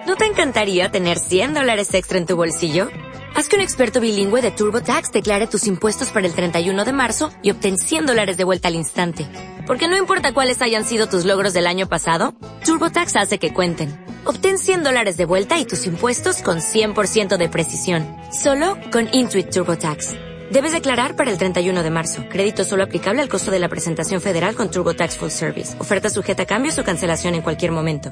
¿No te encantaría tener $100 extra en tu bolsillo? Haz que un experto bilingüe de TurboTax declare tus impuestos para el 31 de marzo y obtén $100 de vuelta al instante. Porque no importa cuáles hayan sido tus logros del año pasado, TurboTax hace que cuenten. Obtén $100 de vuelta y tus impuestos con 100% de precisión. Solo con Intuit TurboTax. Debes declarar para el 31 de marzo. Crédito solo aplicable al costo de la presentación federal con TurboTax Full Service. Oferta sujeta a cambios o cancelación en cualquier momento.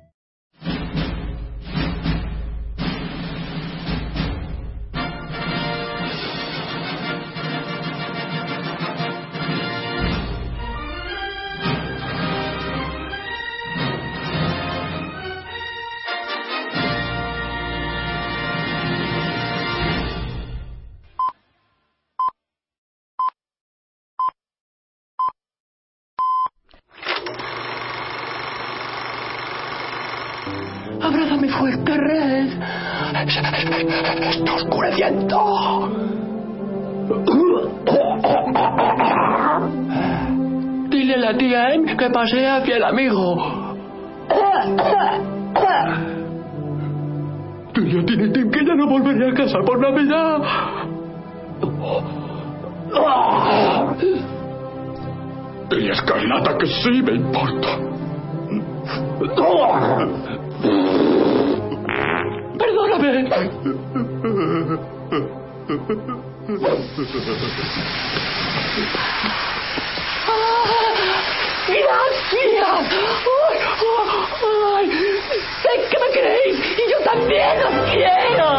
¡Abrázame fuerte, Red! ¡Está oscureciendo! Dile a la tía Em que pasea hacia el amigo. Dile a Tinitín que ya no volveré a casa por Navidad. Dile a Escarlata que sí me importa. ¡Perdóname! ¡Gracias! ¡Ay! ¡Sé que me queréis! ¡Y yo también os quiero!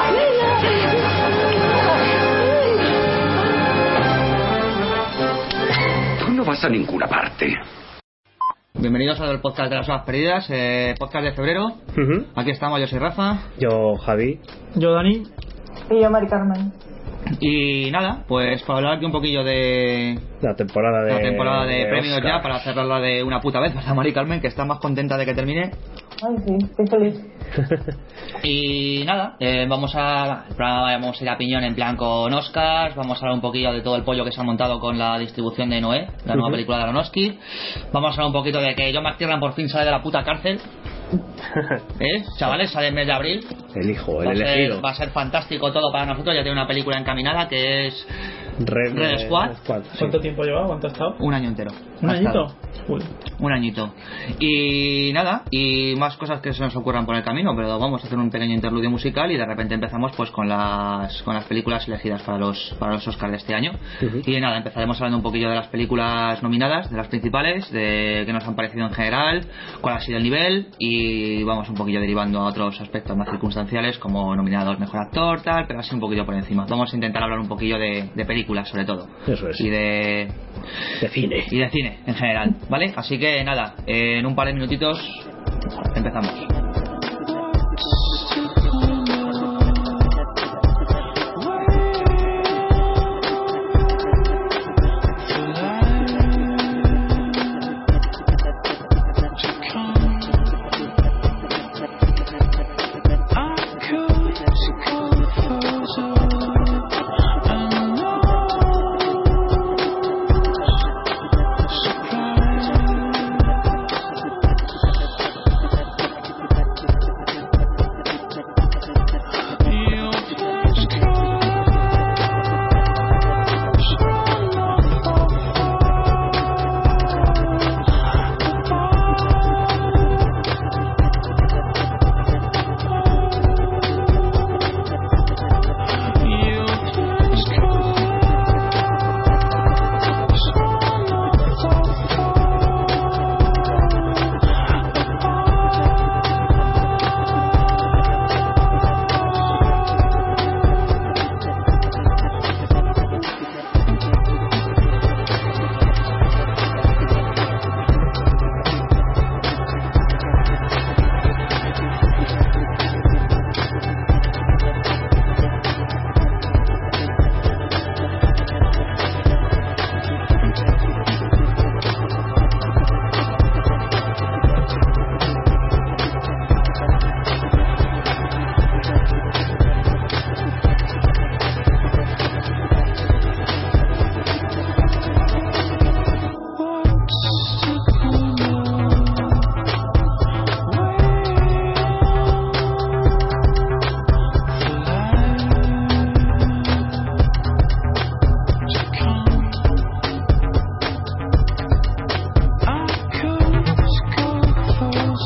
Tú no vas a ninguna parte. Bienvenidos al podcast de las horas perdidas, podcast de febrero. Aquí estamos, yo soy Rafa. Yo Javi. Yo Dani. Y yo Mari Carmen. Y nada, pues para hablar aquí un poquillo de la temporada de premios Oscar. Ya para cerrarla de una puta vez, ¿verdad, Mari Carmen? Que está más contenta de que termine. Ay, sí, estoy feliz. Y nada, vamos a ir a piñón en plan con Oscars. Vamos a hablar un poquillo de todo el pollo que se ha montado con la distribución de Noé, la nueva película de Aronofsky. Vamos a hablar un poquito de que John McTiernan por fin sale de la puta cárcel. Chavales, sale el mes de abril. El hijo, el elegido. Va a ser fantástico todo para nosotros. Ya tiene una película encaminada que es Red Squad. ¿Cuánto tiempo lleva? ¿Cuánto ha estado? Un año entero. ¿Un añito? Uy. Un añito. Y nada, y más cosas que se nos ocurran por el camino, pero vamos a hacer un pequeño interludio musical y de repente empezamos pues con las películas elegidas para los Oscars de este año. Y nada, empezaremos hablando un poquillo de las películas nominadas, de las principales, de qué nos han parecido en general, cuál ha sido el nivel, y vamos un poquillo derivando a otros aspectos más circunstanciales como nominados mejor actor, tal, pero así un poquillo por encima. Vamos a intentar hablar un poquillo de películas sobre todo. Eso es. Y de cine. Y de cine en general, ¿vale? Así que nada, en un par de minutitos empezamos.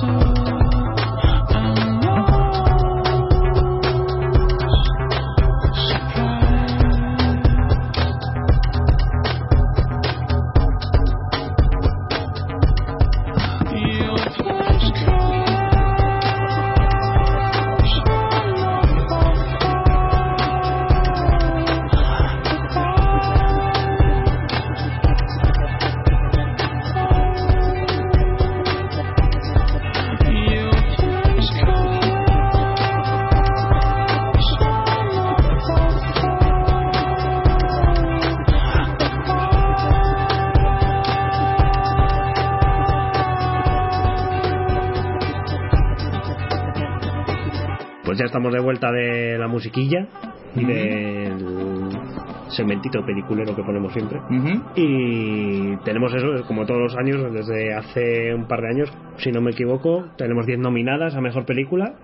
Pues ya estamos de vuelta de la musiquilla y del segmentito peliculero que ponemos siempre. Y tenemos eso, como todos los años, desde hace un par de años, si no me equivoco, tenemos 10 nominadas a mejor película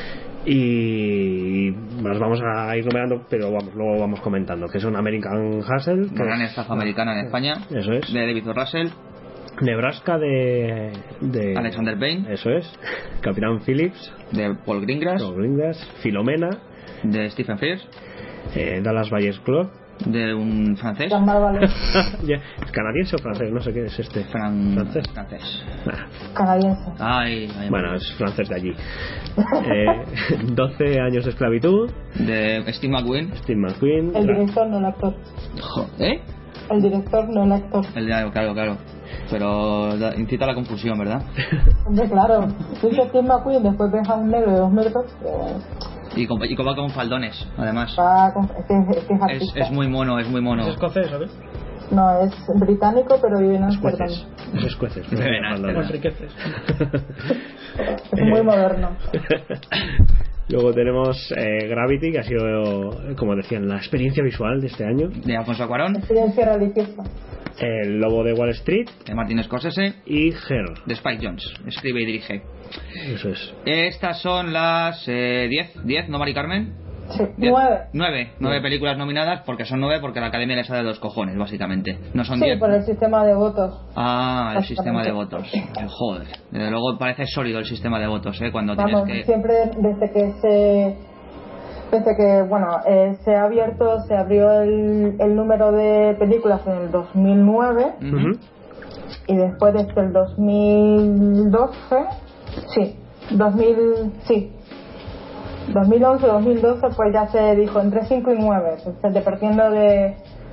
y las vamos a ir nominando, pero vamos, luego vamos comentando, que son American Hustle, la gran estafa americana en España, eso es, de David O. Russell, Nebraska de Alexander Payne, eso es, Capitán Phillips de Paul Greengrass, Filomena de Stephen Frears, Dallas Buyers Club de un francés, canadiense o francés, no sé qué es este, francés. Canadiense. Bueno, es francés de allí. 12 años de esclavitud de Steve McQueen. El director, no el actor. El director, no el actor. Claro. Pero incita a la confusión, ¿verdad? Hombre, claro. Dice Steve McQueen, después ves a un negro de 2 metros. Y va con faldones, además. Es muy mono, ¿Es escocés, sabes? No, es británico, pero vive en Amsterdam. Es escocés. Enriqueces. Es muy moderno. Luego tenemos Gravity, que ha sido, como decían, la experiencia visual de este año. De Alfonso Cuarón. Experiencia religiosa. El Lobo de Wall Street. De Martin Scorsese. Y Her. De Spike Jonze. Escribe y dirige. Eso es. Estas son las 10, ¿no, Mari Carmen? Sí, 9 películas nominadas, porque son 9 porque la Academia les ha de 2 cojones, básicamente. No son 10. Sí, por el sistema de votos. El sistema de votos. Joder. Desde luego parece sólido el sistema de votos, cuando Vamos, tienes que... siempre desde que se abrió el número de películas en el 2009 y después desde el 2012 2011-2012 pues ya se dijo entre 5 y 9, dependiendo de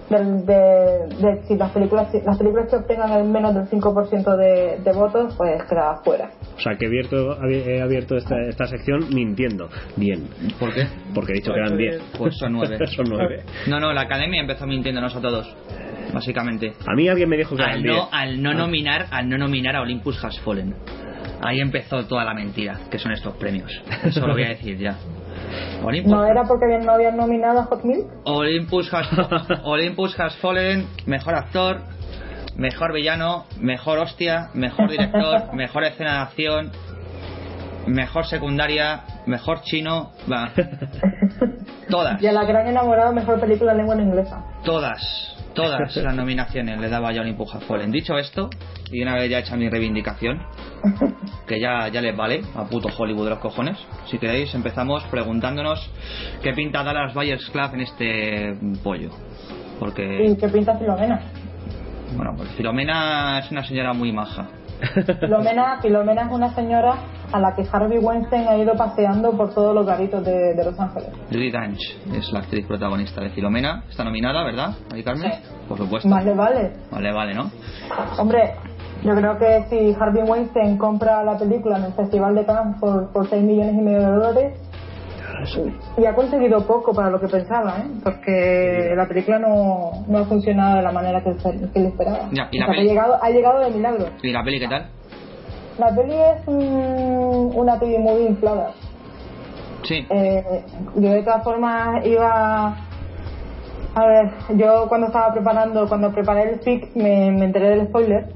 si las películas que obtengan el menos del 5% de votos, pues queda fuera. O sea, que he abierto esta sección mintiendo. Bien. ¿Por qué? Porque he dicho que eran 10. Pues son 9. Son 9. No, la Academia empezó mintiéndonos a todos, básicamente. A mí alguien me dijo que eran 10. Al no nominar a Olympus Has Fallen. Ahí empezó toda la mentira, que son estos premios. Eso lo voy a decir ya. ¿No era porque no habían nominado a Hot Milk? Olympus Has Fallen, mejor actor, mejor villano, mejor hostia, mejor director, mejor escena de acción, mejor secundaria, mejor chino, todas. Y a La Gran Enamorada, mejor película en lengua inglesa. Todas las nominaciones le daba ya Olympus Has Fallen. Dicho esto, y una vez ya hecha mi reivindicación, que ya les vale a puto Hollywood de los cojones, si queréis empezamos preguntándonos qué pinta Dallas Buyers Club en este pollo. Porque... ¿Y qué pinta Filomena? Bueno, pues Filomena es una señora muy maja. Filomena es una señora a la que Harvey Weinstein ha ido paseando por todos los garitos de Los Ángeles. Judi Dench es la actriz protagonista de Filomena. Está nominada, ¿verdad, Mari Carmen? Sí. Por supuesto. Más le vale. Vale, ¿no? Hombre, yo creo que si Harvey Weinstein compra la película en el Festival de Cannes por $6,5 millones, y ha conseguido poco para lo que pensaba, porque la película no ha funcionado de la manera que él esperaba. Ya, ¿y la peli? Ha llegado de milagro. ¿Y la peli qué tal? La peli es una peli muy inflada. Sí. Yo de todas formas iba... A ver, yo cuando preparé el fic me enteré del spoiler.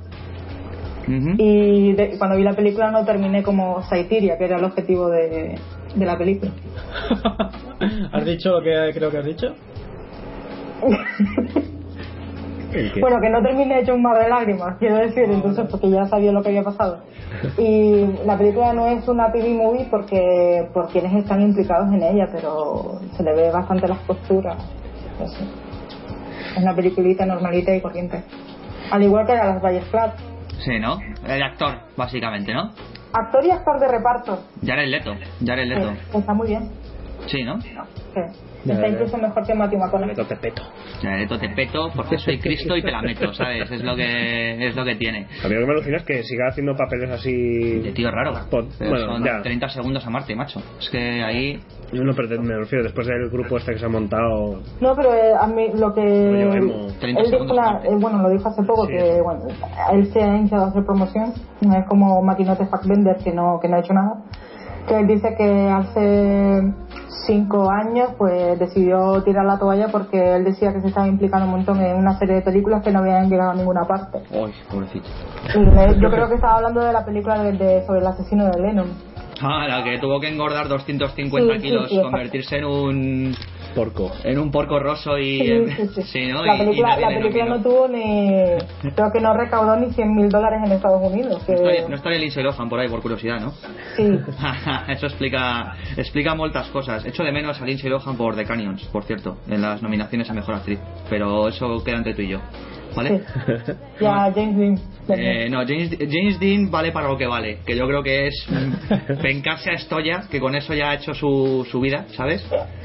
Y cuando vi la película no terminé como Saitiria, que era el objetivo de la película. ¿Has dicho lo que creo que has dicho? Bueno, que no terminé hecho un mar de lágrimas, quiero decir, entonces, porque ya sabía lo que había pasado. Y la película no es una TV movie por quienes están implicados en ella, pero se le ve bastante las costuras. Así. Es una peliculita normalita y corriente. Al igual que Las Valles Club. Sí, ¿no? El actor, básicamente, ¿no? Actor y actor de reparto. Jared Leto. Sí, está muy bien. Sí, ¿no? Sí. Está incluso mejor que Matthew McConaughey. Jared Leto te peto porque soy Cristo y te la meto, ¿sabes? Es lo que tiene. A mí lo que me alucina es que siga haciendo papeles así... De tío raro. Bueno, son ya. 30 segundos a Marte, macho. Es que ahí... No, pero me refiero, después del grupo este que se ha montado... No, pero a mí lo que... Él dijo lo dijo hace poco, sí, que bueno, él se ha hinchado a hacer promoción. No es como Maquinote Fassbender que no ha hecho nada. Que él dice que hace 5 años pues decidió tirar la toalla porque él decía que se estaba implicando un montón en una serie de películas que no habían llegado a ninguna parte. Uy, pobrecito. Y yo creo que estaba hablando de la película sobre el asesino de Lennon. La que tuvo que engordar 250 kilos, convertirse en un porco roso y... Sí, ¿no? La película no tuvo ni... Creo que no recaudó ni $100,000 en Estados Unidos. No estaría Lindsay Lohan por ahí, por curiosidad, ¿no? Sí. Eso explica muchas cosas. Echo de menos a Lindsay Lohan por The Canyons, por cierto, en las nominaciones a Mejor Actriz. Pero eso queda entre tú y yo, ¿vale? Sí. Ya, James Dean. No, James Dean vale para lo que vale, que yo creo que es vengarse a Stoya, que con eso ya ha hecho su vida, ¿sabes?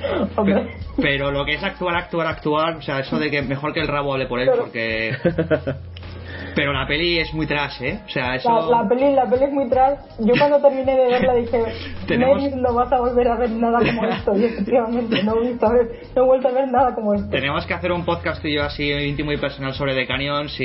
Pero lo que es actuar, o sea, eso de que mejor que el rabo hable por él, porque... Pero la peli es muy trash, ¿eh? O sea, eso... La peli es muy trash. Yo cuando terminé de verla dije, Mary, no vas a volver a ver nada como esto. Y efectivamente no he vuelto a ver nada como esto. Tenemos que hacer un podcast tú y yo así íntimo y personal sobre The Canyons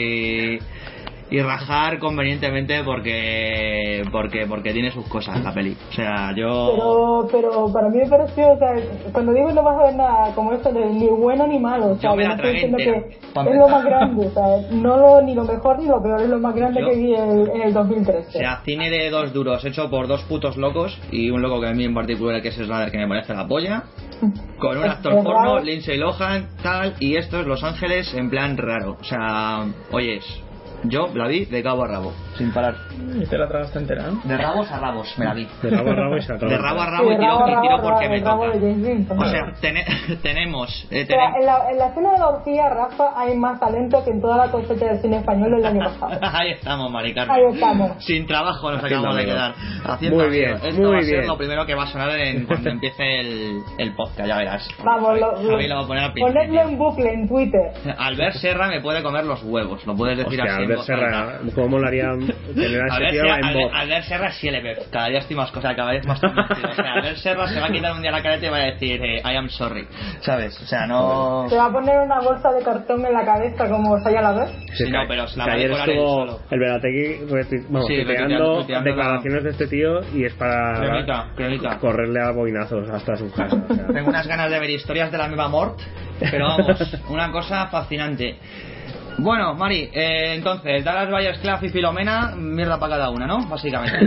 y rajar convenientemente porque tiene sus cosas la peli. O sea, pero para mí me pareció, o sea, cuando digo no vas a ver nada como esto, ni bueno ni malo, o sea, yo me la tragué entera, es lo más grande, o sea, ni lo mejor ni lo peor, es lo más grande que vi en el 2013. O sea, cine de 2 duros hecho por 2 putos locos, y un loco que a mí en particular, que es Slater, que me parece la polla, con un actor porno, Lindsay Lohan, tal, y esto es Los Ángeles en plan raro. O sea, oyes, yo la vi de cabo a rabo, sin parar. Y te la tragaste entera, ¿no? De rabos a rabos me la vi. De rabo a rabo y se de rabo a rabo, y tiro porque me toca. O sea, tenemos... en la escena de la orgía, Rafa, hay más talento que en toda la cosecha del cine español el año pasado. Ahí estamos, Mari Carmen. Ahí estamos. Sin trabajo nos acabamos de quedar. Muy bien, esto va a ser lo primero que va a sonar cuando empiece el podcast, ya verás. Vamos, lo voy a poner al principio. Ponedlo en bucle en Twitter. Albert Serra me puede comer los huevos, lo puedes decir así. Albert Serra, ¿cómo molaría tener a ese tío en voz? Albert Serra sí le veo, cada día estoy más cada vez más convencido. O sea, Albert Serra se va a quitar un día la careta y va a decir I am sorry, ¿sabes? O sea, no... Se va a poner una bolsa de cartón en la cabeza como Saya la vez. Sí, no, pero se la va a ayer decorar estuvo el Berategui tuiteando declaraciones de este tío y es para correrle a boinazos hasta su casa. O sea. Tengo unas ganas de ver historias de la misma Mort, pero vamos, una cosa fascinante. Bueno, Mari, entonces, Dallas Buyers Club y Filomena, mierda para cada una, ¿no? Básicamente.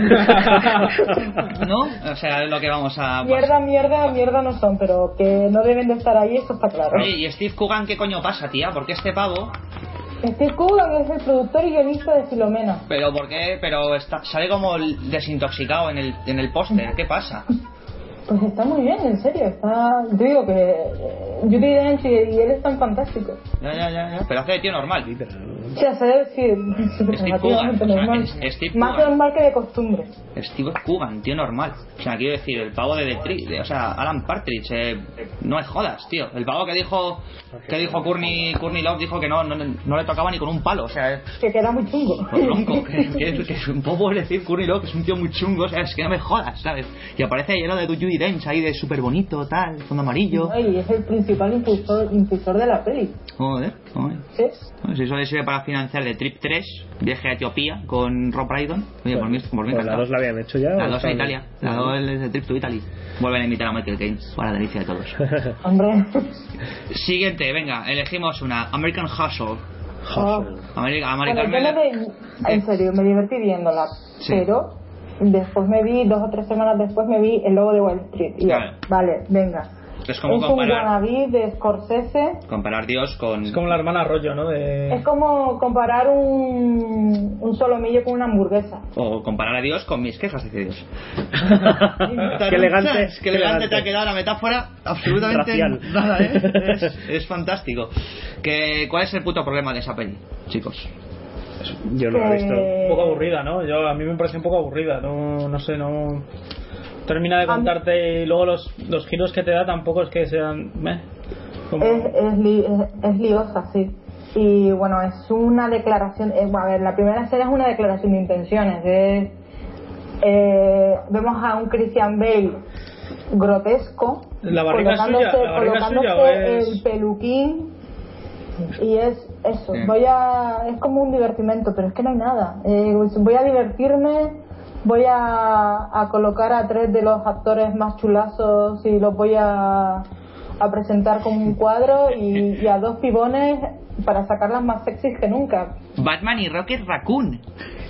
¿No? O sea, es lo que vamos a... Mierda no son, pero que no deben de estar ahí, eso está claro. Oye, ¿y Steve Coogan qué coño pasa, tía? Porque este pavo... Steve Coogan es el productor y guionista de Filomena. ¿Pero por qué? Pero sale como desintoxicado en el póster, ¿qué pasa? Pues está muy bien, en serio, está... Yo digo que Judi Dench y él están fantásticos. Ya, pero hace de tío normal. Sí, hace de decir... Steve Coogan, normal. Más normal que de costumbre. Steve Coogan, tío normal. O sea, quiero decir, el pavo o sea, Alan Partridge, no es jodas, tío. El pavo que dijo Courtney Love dijo que no le tocaba ni con un palo, o sea... Que era muy chungo. Tronco, que un poco decir Courtney Love, que es un tío muy chungo, o sea, es que no me jodas, ¿sabes? Y aparece lleno de Judi Dench ahí de súper bonito, tal, fondo amarillo. Y es el principal impulsor de la peli. Joder. ¿Sí? Si eso le sirve para financiar The Trip 3, viaje a Etiopía con Rob Brydon. Oye, por mí pues la 2 la habían hecho ya. La 2 en Italia. La 2 es The Trip to Italy. Vuelven a invitar a Michael Caine, para la delicia de todos. Hombre. Siguiente, venga, elegimos una. American Hustle. En serio, me divertí viéndola, sí. Pero después 2 o 3 semanas después me vi El Lobo de Wall Street y vale, venga, Es como un wannabe de Scorsese. Comparar Dios con... Es como la hermana rollo, ¿no? Es como comparar un solomillo con una hamburguesa. O comparar a Dios con mis quejas, dice Dios. Qué elegante. Qué elegante te ha quedado la metáfora. Absolutamente racial. Nada, es fantástico. ¿Cuál es el puto problema de esa peli, chicos? Yo no la he visto. Un poco aburrida, ¿no? A mí me parece un poco aburrida. No sé, no termina de contarte y luego los giros que te da tampoco es que sean... Es liosa, sí. Y bueno, es una declaración... a ver, la primera escena es una declaración de intenciones. Vemos a un Christian Bale grotesco, ¿La barriga suya colocándose o es...? el peluquín, y es eso. Es como un divertimento, pero es que no hay nada. Voy a divertirme, voy a colocar a 3 de los actores más chulazos y los voy a presentar como un cuadro, y a 2 pibones para sacarlas más sexys que nunca. Batman y Rocket Raccoon.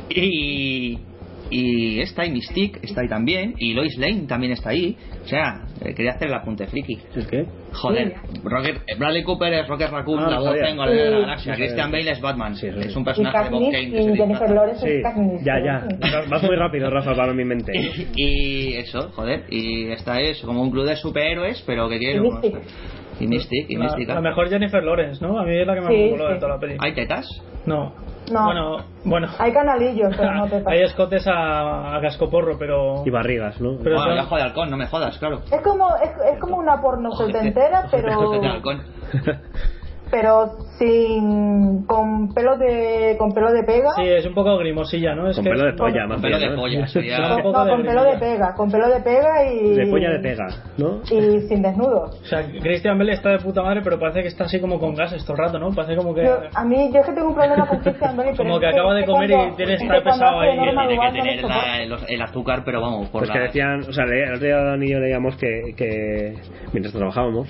Y está ahí Mystique, está ahí también, y Lois Lane también está ahí. O sea, quería hacer el apunte friki. ¿El qué? Joder, Bradley Cooper es Rocket Raccoon, la voz en Guardianes de la Galaxia. Christian Bale es Batman, es un personaje de Bob Kane. Y Jennifer Lawrence es Katniss. Ya. Vas muy rápido, Rafa, para mi mente. Y eso, joder, y esta es como un club de superhéroes, pero que quiero... Y Mystique. La mejor Jennifer Lawrence, ¿no? A mí es la que me moló de toda la peli. ¿Hay tetas? No. Bueno. Hay canalillos, pero no te... Hay escotes a cascoporro, pero... Y barrigas, ¿no? Pero el ojo de halcón, no me jodas, claro. Es como una porno setentera, pero... de halcón. Pero con pelo de pega. Sí, es un poco grimosilla, ¿no? Con pelo de polla, más bien. Con pelo de polla, sería... No, con pelo de pega y... De polla de pega, ¿no? Y sin desnudo. O sea, Christian Bale está de puta madre, pero parece que está así como con gases todo el rato, ¿no? Parece como que... Yo es que tengo un problema con Christian Bale, pero como que acaba de comer y tiene estar pesado ahí. Tiene que tener el azúcar, pero vamos, por pues que decían, o sea, el otro día Dani y yo leíamos que mientras trabajábamos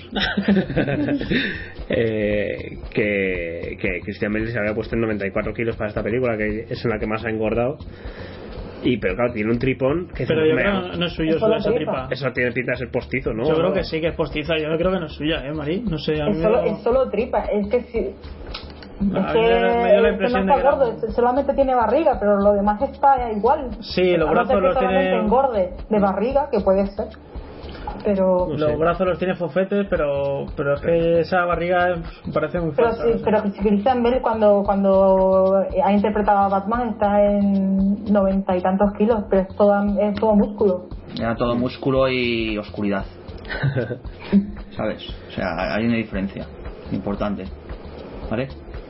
que Christian Bale se había puesto en 94 kilos para esta película, que es en la que más ha engordado. Pero claro, tiene un tripón que... Pero yo creo que no es suyo esa tripa. Eso tiene pinta de ser postizo, ¿no? Yo creo que sí, que es postiza. Yo creo que no es suya, Mari. No sé, es solo tripa. Es que sí. Me dio la impresión de que gordo, solamente tiene barriga, pero lo demás está igual. Sí, los brazos los tiene... engorde de barriga, que puede ser. Pero los brazos los tiene fofetes, pero es que esa barriga parece muy falsa. Pero si Christian Bale cuando ha interpretado a Batman está en 90 y tantos kilos, pero es todo músculo. Era todo músculo y oscuridad. ¿Sabes? O sea, hay una diferencia importante, ¿vale?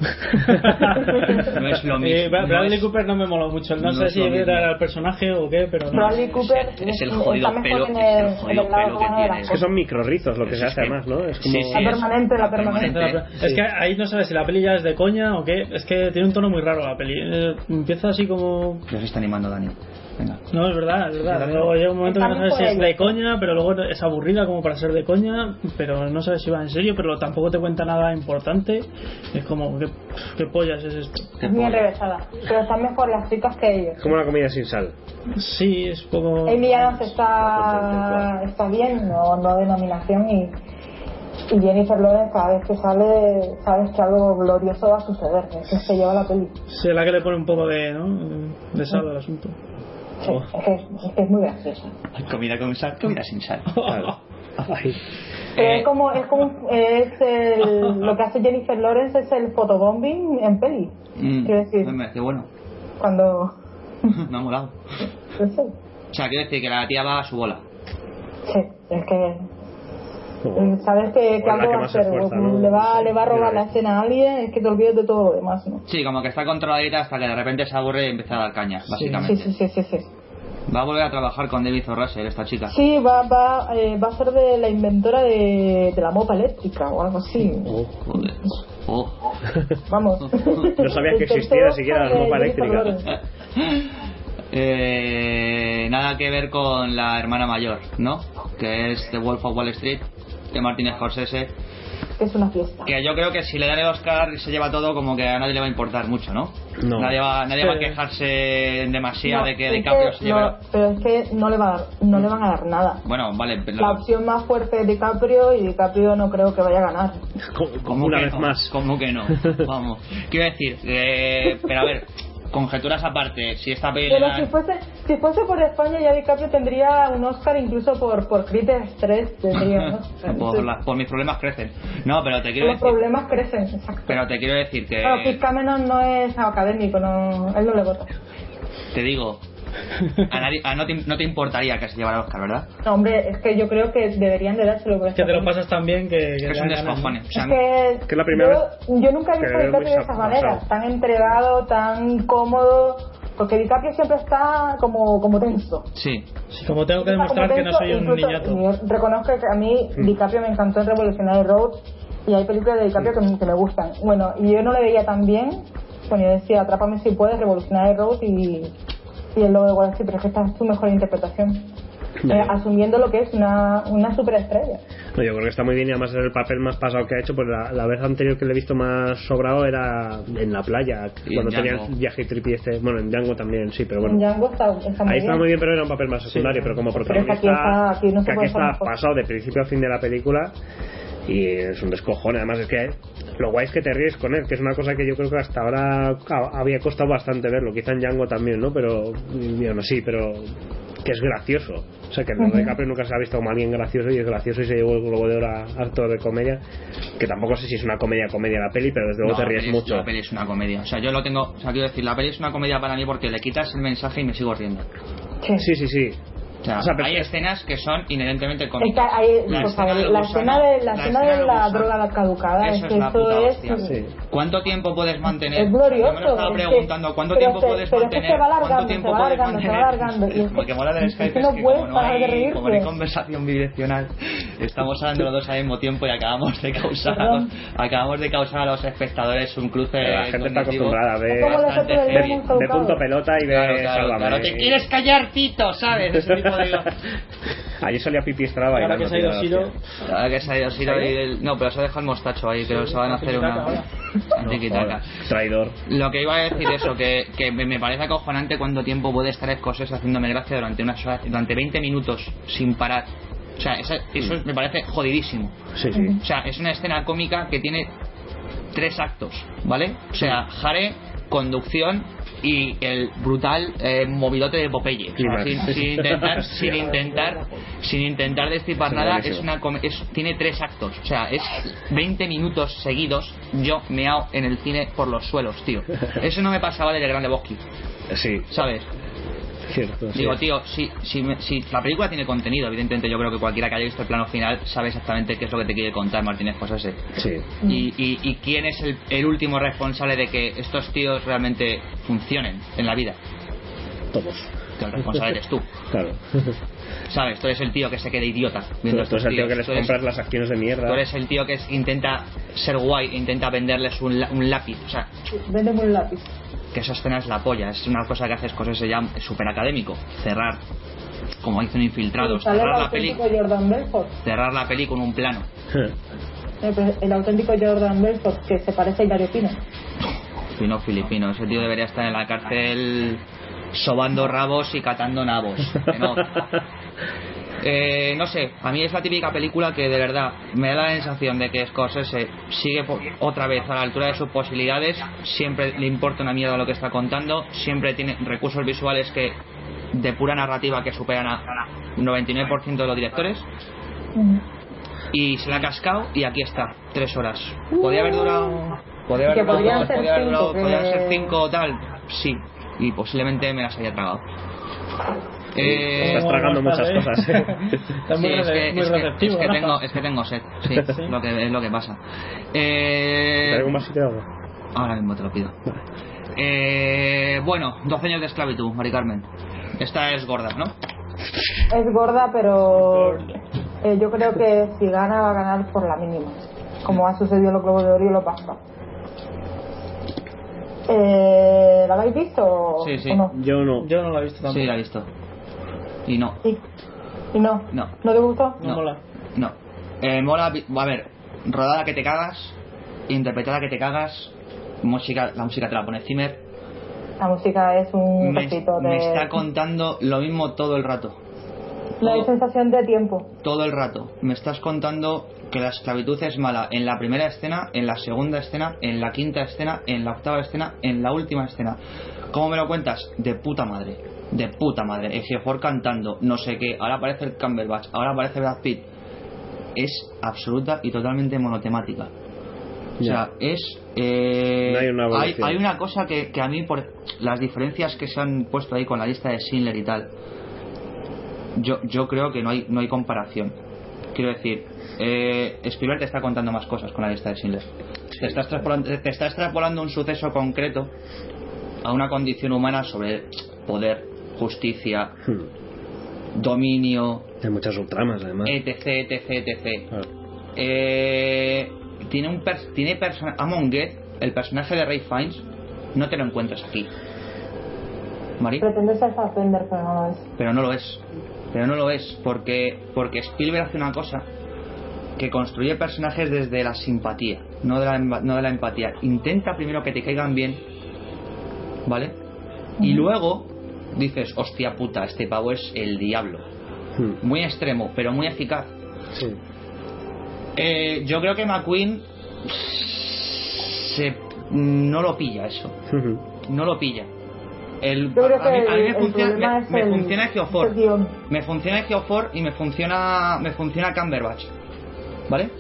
No es lo mismo. Bradley Cooper no me moló mucho. No sé si era el personaje o qué, pero no. Bradley Cooper es el jodido pelo que tiene. Es que son microrrizos lo que se hace además, ¿no? Es como la permanente. Es que ahí no sabes si la peli ya es de coña o qué. Es que tiene un tono muy raro la peli. Empieza así como... Ya se está animando Dani. Venga. No, es verdad. Luego llega un momento que no sabes si es de coña, pero luego es aburrida como para ser de coña, pero no sabes si va en serio, pero tampoco te cuenta nada importante. Es como, ¿qué pollas es esto? Es muy enrevesada, pero están mejor las chicas que ellos. Es como una comida sin sal. Sí, es poco... Amy Adams está bien, no de nominación, y Jennifer Lawrence cada vez que sale sabes que algo glorioso va a suceder, es que se lleva la peli. Sí, la que le pone un poco de sal al asunto. Sí, es que es muy graciosa. Comida con sal, comida sin sal. Claro. Pero lo que hace Jennifer Lawrence es el photobombing en peli. Quiero decir, qué bueno. Cuando... Me ha molado. Sí. O sea, quiero decir que la tía va a su bola. Sí, es que... sabes que algo va a hacer, ¿no? le va a robar la escena a alguien, es que te olvides de todo lo demás, ¿no? Sí, como que está controladita hasta que de repente se aburre y empieza a dar caña, básicamente. Sí. Va a volver a trabajar con David O. Russell, esta chica. Sí, va a ser de la inventora de la mopa eléctrica o algo así. Joder. Vamos. No sabía que existiera siquiera la mopa eléctrica. Nada que ver con la hermana mayor, ¿no? Que es The Wolf of Wall Street, de Martin Scorsese, es una fiesta. Que yo creo que si le dan el Oscar se lleva todo, como que a nadie le va a importar mucho, ¿no? Nadie va a quejarse demasiado de que DiCaprio se lleve... pero es que no le van a dar nada. Bueno, vale. La opción más fuerte es DiCaprio, y DiCaprio no creo que vaya a ganar. Como una vez más. ¿Cómo que no? Vamos. Quiero decir, pero a ver, conjeturas aparte, si esta película... Pero si fuese por España, ya DiCaprio tendría un Oscar, incluso por Critters 3 tendría, ¿no? Por mis problemas crecen. No, pero te quiero decir... Los problemas crecen, exacto. Pero te quiero decir que... Claro, Kirk Cameron no es académico, él no le vota. Te digo... no te importaría que se llevara el Oscar, ¿verdad? No, hombre, es que yo creo que deberían de dárselo. Que te lo pasas tan bien que es un descojone. O sea, es que la primera yo nunca he visto a DiCaprio de esa manera, tan entregado, tan cómodo, porque DiCaprio siempre está como tenso. Sí, como tengo que demostrar que no soy un niñato. Reconozco que a mí DiCaprio me encantó en Revolutionary Road, y hay películas de DiCaprio que me gustan. Bueno, y yo no le veía tan bien, bueno, yo decía, Atrápame si puedes, Revolutionary Road, y el logo de Wall Street, pero es que esta es su mejor interpretación, asumiendo lo que es una superestrella. No, yo creo que está muy bien, y además el papel más pasado que ha hecho, pues la vez anterior que le he visto más sobrado era en la playa, cuando tenía el viaje trippy bueno, en Django también, sí, pero bueno, en Django está muy ahí está muy bien, pero era un papel más secundario, pero como protagonista aquí está pasado de principio a fin de la película, y es un descojone. Además es que lo guay es que te ríes con él, que es una cosa que yo creo que hasta ahora había costado bastante verlo, quizá en Django también, ¿no? Pero bueno, sí, pero que es gracioso. O sea, que el DiCaprio nunca se ha visto como alguien gracioso, y es gracioso, y se llevó el Globo de Oro a actor de comedia, que tampoco sé si es una comedia la peli, pero desde luego te ríes mucho. La peli es una comedia, o sea, yo lo tengo, o sea, quiero decir, la peli es una comedia para mí porque le quitas el mensaje y me sigo riendo. Sí. O sea, hay escenas que son inherentemente cómicas. La escena de la droga caducada, eso es la puta hostia. ¿Cuánto tiempo puedes mantener? Es glorioso. Yo me lo estaba preguntando, ¿cuánto tiempo puedes mantener? ¿Cuánto tiempo puedes mantener? Porque mola del Skype es que como no hay conversación bidireccional, estamos hablando los dos al mismo tiempo y acabamos de causar a los espectadores un cruce. La gente está acostumbrada a ver de punto pelota y de Sálvame. Claro, te quieres callar, Tito, ¿sabes? Allí salía Pipi Estrada bailando. Ahora que se ha ido Siro. No, pero se deja el mostacho ahí, pero se van a hacer una tiki-taka. Traidor. Lo que iba a decir eso, que me parece acojonante cuánto tiempo puede estar Scorsese haciéndome gracia durante 20 minutos sin parar. O sea, eso me parece jodidísimo. Sí. O sea, es una escena cómica que tiene 3 actos, ¿vale? O sea, jare, conducción y el brutal movidote de Popeye. O sea, sin intentar destripar nada, tiene 3 actos. O sea, es 20 minutos seguidos yo meao en el cine por los suelos, tío. Eso no me pasaba desde el Grande Bosque. Sí. ¿Sabes? Cierto, digo, tío, si la película tiene contenido, evidentemente yo creo que cualquiera que haya visto el plano final sabe exactamente qué es lo que te quiere contar Martínez Scorsese. Sí. Y quién es el último responsable de que estos tíos realmente funcionen en la vida. Todos. Que el responsable eres tú. Claro. ¿Sabes? Tú eres el tío que se queda idiota viendo tú eres el tío que les compras las acciones de mierda. Tú eres el tío que intenta ser guay, intenta venderles un lápiz. O sea, véndeme un lápiz. Que esa escena es la polla, es una cosa que haces cosas se llama súper académico, cerrar como hizo en Infiltrados, cerrar la peli con un plano. El auténtico Jordan Belfort, que se parece a Hilario Pino. Pino filipino, ese tío debería estar en la cárcel sobando rabos y catando nabos. No sé, a mí es la típica película que de verdad me da la sensación de que Scorsese sigue otra vez a la altura de sus posibilidades, siempre le importa una mierda lo que está contando, siempre tiene recursos visuales que de pura narrativa que superan a 99% de los directores, y se la ha cascado y aquí está, 3 horas. Podría haber durado, podría ser 5 o tal, sí, y posiblemente me las haya tragado. Estás tragando muchas cosas. Estás muy receptivo. Es que tengo sed. Sí, ¿sí? Es lo que pasa. ¿Traigo un vasito de agua? Ahora mismo te lo pido. Bueno, 12 años de esclavitud, Mari Carmen. Esta es gorda, ¿no? Es gorda, pero yo creo que si gana va a ganar por la mínima, como ha sucedido en los Globos de Oro y los BAFTA. ¿La habéis visto? Sí. ¿O no? Yo no la he visto tampoco. Sí, la he visto. Y no. ¿Y no? No. ¿No te gustó? No mola. No. Mola. A ver, rodada que te cagas, interpretada que te cagas, la música te la pone Zimmer. La música es un poquito de... Me está contando lo mismo todo el rato. No hay sensación de tiempo. Todo el rato. Me estás contando que la esclavitud es mala en la primera escena, en la segunda escena, en la quinta escena, en la octava escena, en la última escena. ¿Cómo me lo cuentas? De puta madre. De puta madre. El Geoffroy cantando, no sé qué. Ahora aparece el Cumberbatch, ahora aparece Brad Pitt. Es absoluta y totalmente monotemática. O sea, es... no hay una cosa que a mí, por las diferencias que se han puesto ahí con la lista de Schindler y tal, yo creo que no hay comparación. Quiero decir, Spielberg te está contando más cosas con la lista de Schindler. Te está extrapolando un suceso concreto a una condición humana sobre poder, justicia, dominio, hay muchas subtramas además, etc. Tiene Amon Get, el personaje de Ray Fiennes, no te lo encuentras aquí. ¿Mari? Pretende ser Fassbender, pero no lo es. Pero no lo es porque Spielberg hace una cosa que construye personajes desde la simpatía, no de la empatía. Intenta primero que te caigan bien, ¿vale? Y luego dices, hostia puta, este pavo es el diablo. Muy extremo, pero muy eficaz. Sí. Yo creo que McQueen no lo pilla eso. No lo pilla. A mí me funciona Geoffroy. Me funciona Geoffroy y me funciona Cumberbatch, ¿vale?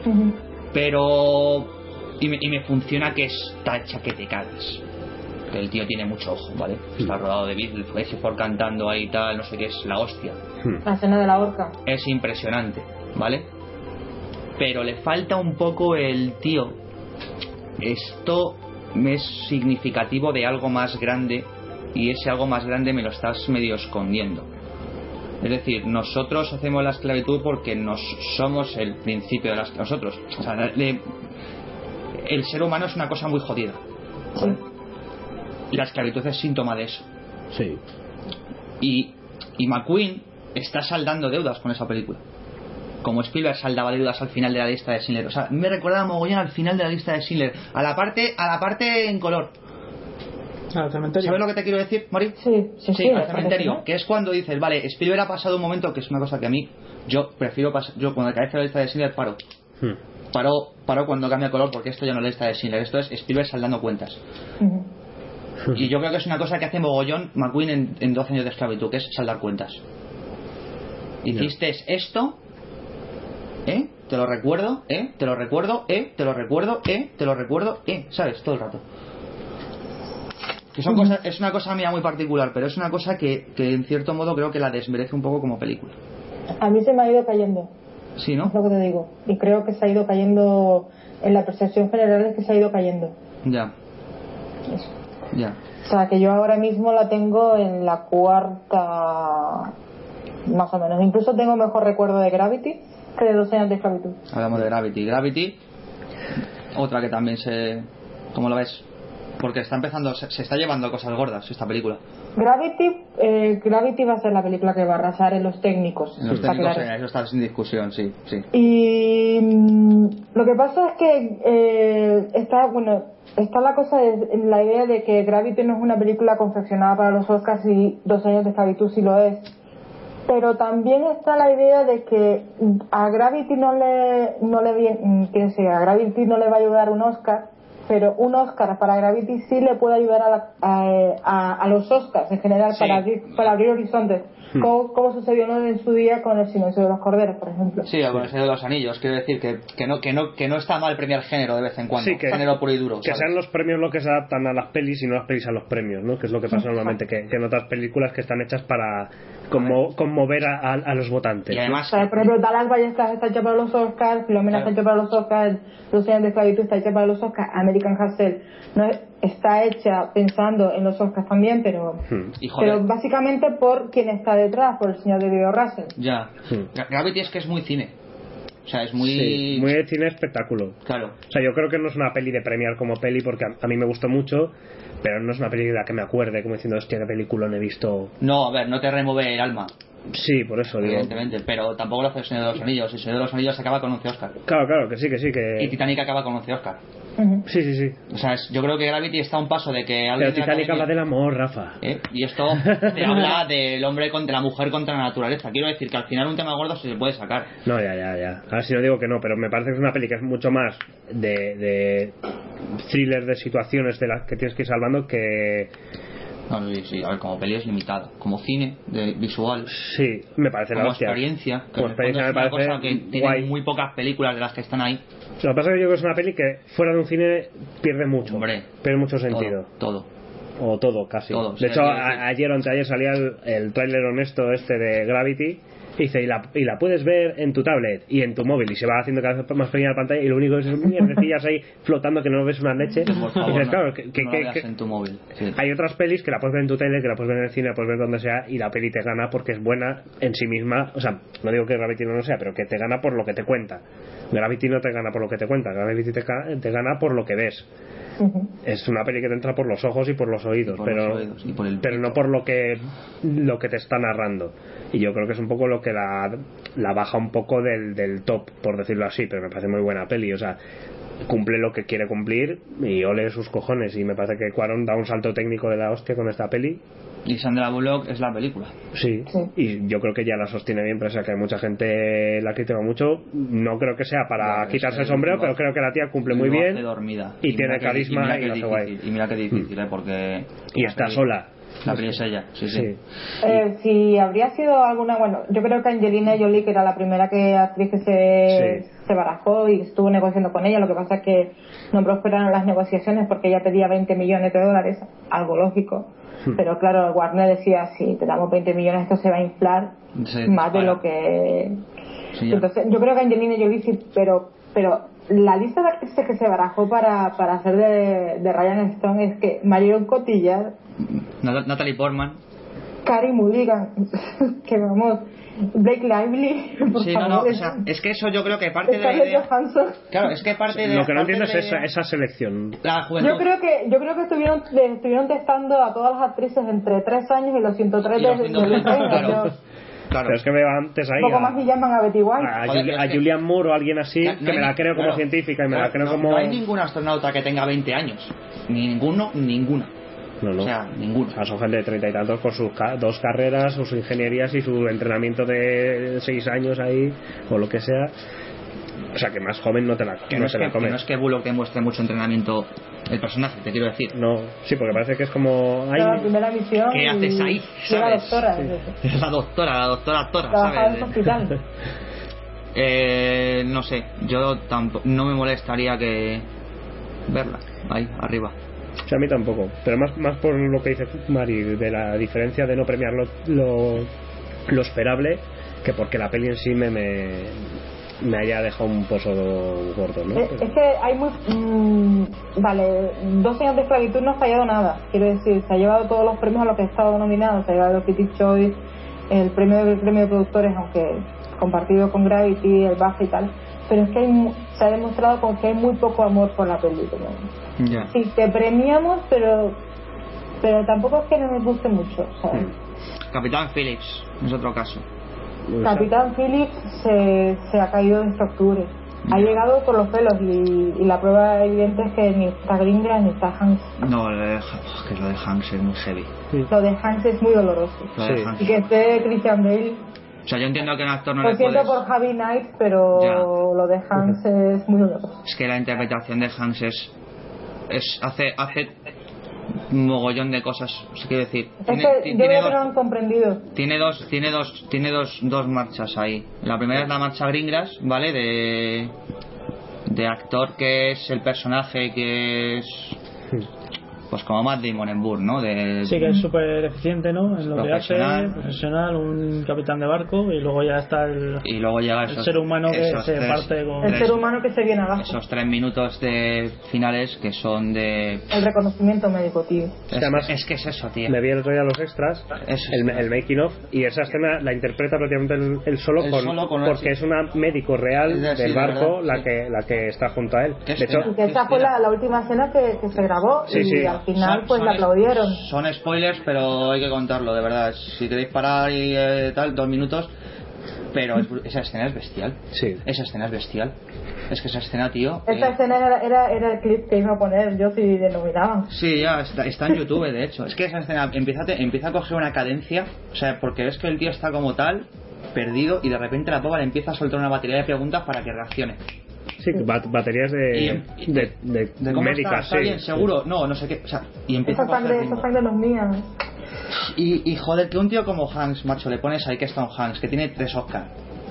Pero me funciona que está hecha que te cagas. Que el tío tiene mucho ojo, ¿vale? Está rodado de Beatles, Geoffroy cantando ahí tal, no sé qué, es la hostia. La escena de la horca es impresionante, ¿vale? Pero le falta un poco el tío. Esto es significativo de algo más grande y ese algo más grande me lo estás medio escondiendo. Es decir, nosotros hacemos la esclavitud porque somos el principio de la esclavitud. O sea, el ser humano es una cosa muy jodida. sí. Y la esclavitud es síntoma de eso. Sí. Y McQueen está saldando deudas con esa película. Como Spielberg saldaba deudas al final de la lista de Schindler. O sea, me recordaba mogollón al final de la lista de Schindler, a la parte en color. Al cementerio. ¿Sabes lo que te quiero decir, Mari? Sí, al cementerio. Que es cuando dices, vale, Spielberg ha pasado un momento que es una cosa que a mí, yo prefiero pasar. Yo cuando cabeza la lista de Schindler paro. Paro cuando cambia color, porque esto ya no es la lista de Schindler, esto es Spielberg saldando cuentas. Y yo creo que es una cosa que hace mogollón McQueen en 12 años de esclavitud, que es saldar cuentas. Hiciste esto, te lo recuerdo, te lo recuerdo, te lo recuerdo, te lo recuerdo, ¿sabes? Todo el rato. Que son cosas, es una cosa mía muy particular, pero es una cosa que en cierto modo creo que la desmerece un poco como película. A mí se me ha ido cayendo. Sí, ¿no? Es lo que te digo. Y creo que se ha ido cayendo, en la percepción general es que se ha ido cayendo. Ya. Eso. Ya. O sea, que yo ahora mismo la tengo en la cuarta, más o menos. Incluso tengo mejor recuerdo de Gravity que de 12 años de esclavitud. Hablamos de Gravity, otra que también ¿cómo lo ves? Porque está empezando, se está llevando cosas gordas esta película. Gravity va a ser la película que va a arrasar en los técnicos. En los técnicos, eso está sin discusión, sí. Y lo que pasa es que está la cosa en la idea de que Gravity no es una película confeccionada para los Oscars y 12 años de esclavitud sí lo es. Pero también está la idea de que a Gravity no le va a ayudar un Oscar, pero un Oscar para Gravity sí le puede ayudar a los Oscars en general, sí, para abrir horizontes, como sucedió en su día con El silencio de los corderos, por ejemplo. Sí, con El Señor de los Anillos. Quiero decir que no está mal premiar género de vez en cuando, sí, género puro y duro, que ¿sabes? sean los premios lo que se adaptan a las pelis y no las pelis a los premios, ¿no? Que es lo que pasa normalmente, que en otras películas que están hechas para conmover a los votantes. Y además, o sea, por ejemplo, Dallas Buyers Club está hecha para los Oscars, Filomena está hecha para los Oscars, 12 años de esclavitud está hecha para los Oscars, American Hustle no está hecha pensando en los Oscars también, pero básicamente por quien está detrás, por el señor David O. Russell. Ya. Gravity es que es muy cine. O sea, es muy... Sí, muy de cine espectáculo. Claro. O sea, yo creo que no es una peli de premiar como peli, porque a mí me gustó mucho, pero no es una peli de la que me acuerde como diciendo, hostia, qué película no he visto. No, a ver, no te remueve el alma. Sí, por eso digo. Evidentemente, pero tampoco lo hace el Señor de los Anillos. El Señor de los Anillos acaba con 11 Oscar. Claro, que sí. Y Titanic acaba con 11 Oscar. Sí. O sea, yo creo que Gravity está a un paso de que alguien. Pero Titanic habla del amor, Rafa. Y esto te habla del hombre contra la mujer contra la naturaleza. Quiero decir que al final un tema gordo se puede sacar. No, ya. Ahora sí no digo que no, pero me parece que es una peli que es mucho más de thriller de situaciones de las que tienes que ir salvando que... No, sí, a ver, como peli es limitada. Como cine, visual. Sí, me parece la hostia. Experiencia, que como experiencia me parece cosa que tiene muy pocas películas de las que están ahí. Lo que pasa es que yo creo que es una peli que fuera de un cine pierde mucho. Hombre, pierde mucho sentido. Todo. O todo, casi. Todo. De hecho, ayer o anteayer salía el tráiler honesto de Gravity. Y dice, y la puedes ver en tu tablet y en tu móvil, y se va haciendo cada vez más pequeña la pantalla, y lo único es mierdecillas ahí flotando que no ves una leche. Por favor, y dices, claro, no lo veas en tu móvil. Sí. Hay otras pelis que la puedes ver en tu tele, que la puedes ver en el cine, la puedes ver donde sea, y la peli te gana porque es buena en sí misma. O sea, no digo que Gravity no lo sea, pero que te gana por lo que te cuenta. Gravity no te gana por lo que te cuenta, Gravity te gana por lo que ves. Es una peli que te entra por los ojos y por los oídos, pero no por lo que te está narrando. Y yo creo que es un poco lo que la baja un poco del top, por decirlo así, pero me parece muy buena peli. O sea, cumple lo que quiere cumplir y ole sus cojones. Y me parece que Cuarón da un salto técnico de la hostia con esta peli. Y Sandra Bullock es la película. Sí, y yo creo que ya la sostiene bien, pero o sea que mucha gente la critica mucho. No creo que sea para quitarse el sombrero, pero creo que la tía cumple muy bien dormida. y tiene carisma y lo hace guay. Y mira que difícil, porque... Y está sola. La peli es ella, sí. Si habría sido alguna... Bueno, yo creo que Angelina Jolie, que era la primera actriz que se barajó y estuvo negociando con ella, lo que pasa es que no prosperaron las negociaciones porque ella pedía $20 millones, algo lógico. Pero claro, Warner decía, si te damos 20 millones esto se va a inflar más de lo que... Sí, entonces yo creo que Angelina Jolie sí, pero la lista de actrices que se barajó para hacer de Ryan Stone es que Marion Cotillard, Natalie Portman, Carey Mulligan, que vamos, Blake Lively, por favor, o sea, es que eso yo creo que parte Johansson. Claro, es que parte de... Lo que no entiendo es esa selección. La juventud. Yo creo que estuvieron testando a todas las actrices entre 3 años y los 103 de Claro. Pero es que veo antes ahí un poco más y llaman a Betty White, a Julianne Moore o alguien así, que me la creo como científica y me la creo como... No hay ningún astronauta que tenga 20 años. Ninguna. No. O sea, ninguno. O sea, son gente de 30 y tantos con sus 2 carreras, sus ingenierías y su entrenamiento de 6 años ahí, o lo que sea. O sea, que más joven no te la comes. No es que Bullock demuestre mucho entrenamiento el personaje, te quiero decir. No, sí, porque parece que es como... la primera misión. ¿Qué haces ahí? ¿Sabes? La doctora actora, ¿sabes? En el hospital. No sé, yo tampoco, no me molestaría que verla ahí arriba. O sea, a mí tampoco, pero más por lo que dice Mari, de la diferencia de no premiar lo esperable, que porque la peli en sí me haya dejado un pozo gordo, ¿no? Es que hay vale, 12 años de esclavitud no ha fallado nada, quiero decir, se ha llevado todos los premios a los que ha estado nominado, se ha llevado el Critics' Choice, el premio de productores, aunque compartido con Gravity, el BAFTA y tal, pero es que se ha demostrado con que hay muy poco amor por la película. Sí, te premiamos, pero tampoco es que no nos guste mucho, ¿sabes? Capitán Phillips es otro caso. Capitán Phillips se ha caído de octubre. Ha llegado por los pelos y la prueba evidente es que ni está Greengrass ni está Hanks. No, que lo de Hanks es muy heavy. Lo de Hanks es muy doloroso. Y que esté Christian Bale. O sea, yo entiendo que el actor no le puede... Lo siento por Javi Knight, pero lo de Hanks es muy doloroso. Es que la interpretación de Hanks hace un mogollón de cosas, quiero decir. Yo creo que no han comprendido. Tiene dos marchas ahí. La primera es la marcha Greengrass, ¿vale? De actor que es el personaje que es pues como Matt Damon en Burr, ¿no? Sí, que es súper eficiente, ¿no? En lo que hace, profesional, un capitán de barco, y luego ya está el ser humano que se parte con... El ser humano que se viene abajo. Esos 3 minutos de finales que son de... El reconocimiento médico, tío. Es que es eso, tío. Me vi el otro día los extras, el making of, y esa escena la interpreta prácticamente el solo porque es una médico real del barco la que está junto a él. De hecho, esa fue la última escena que se grabó. Sí. al final pues la aplaudieron. Son spoilers, pero hay que contarlo, de verdad. Si queréis parar y tal, 2 minutos. Pero esa escena es bestial. Sí. Esa escena es bestial. Es que esa escena, tío. Esa escena era el clip que iba a poner yo si denominaban. Sí, ya está en YouTube, de hecho. Es que esa escena empieza a coger una cadencia. O sea, porque ves que el tío está como tal, perdido, y de repente la pava le empieza a soltar una batería de preguntas para que reaccione. Sí, baterías de cómo médicas. Está bien, seguro. No sé qué. O sea, y empieza esa sangre no es mía. Y joder, que un tío como Hanks, macho, le pones ahí que está un Hanks, que tiene 3 Oscars.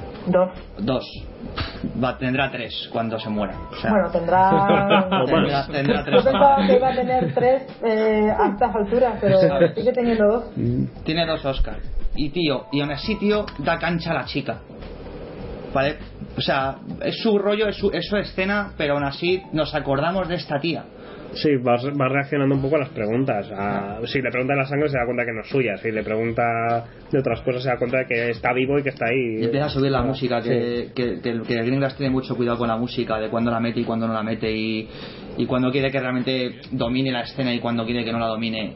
2. Tendrá 3 cuando se muera. O sea, bueno, tendrá 3. Yo pensaba que iba a tener 3 a estas alturas, pero sigue teniendo 2. Tiene 2 Oscars. Y tío, y aún así, tío, da cancha a la chica. ¿Vale? O sea, es su rollo, es su escena, pero aún así nos acordamos de esta tía. Sí, vas reaccionando un poco a las preguntas. Si le pregunta la sangre se da cuenta que no es suya. Si le pregunta de otras cosas se da cuenta de que está vivo y que está ahí. Y empieza a subir la música, que Greengrass tiene mucho cuidado con la música, de cuándo la mete y cuándo no la mete, y cuándo quiere que realmente domine la escena y cuándo quiere que no la domine.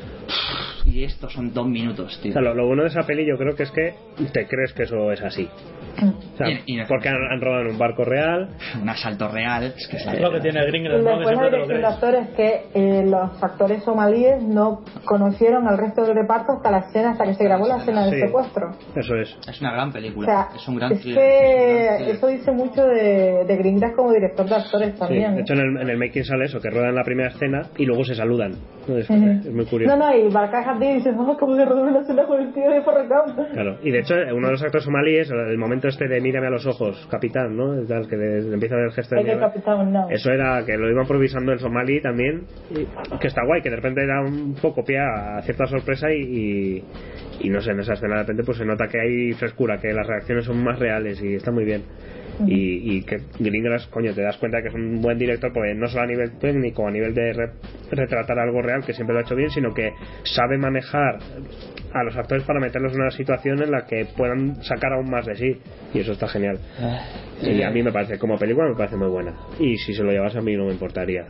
Y estos son 2 minutos, tío. O sea, lo bueno de esa peli yo creo que es que te crees que eso es así. O sea, porque han rodado en un barco real, un asalto real, es que es lo que tiene Greengrass, ¿no? Después la dirección de actores que los actores somalíes no conocieron al resto del reparto hasta que se grabó la escena del secuestro. Eso es una gran película, o sea, es un gran thriller. Que eso dice mucho de Greengrass como director de actores también. Sí, de hecho en el making sale eso, que ruedan la primera escena y luego se saludan. Es muy curioso. Y Barca Hadid dice, como que rodó una escena con el tío de Forrest. Claro, y de hecho uno de los actores somalíes, el momento de mírame a los ojos, capitán, ¿no? Tal, que le empieza a ver el gesto de capitán, no. Eso era que lo iba improvisando el somalí también, que está guay, que de repente era un poco pie a cierta sorpresa y no sé, en esa escena de repente pues se nota que hay frescura, que las reacciones son más reales y está muy bien. Y que Greengrass, coño, te das cuenta que es un buen director, porque no solo a nivel técnico, a nivel de retratar algo real, que siempre lo ha hecho bien, sino que sabe manejar a los actores para meterlos en una situación en la que puedan sacar aún más de sí, y eso está genial. Y a mí me parece, como película me parece muy buena, y si se lo llevas a mí no me importaría.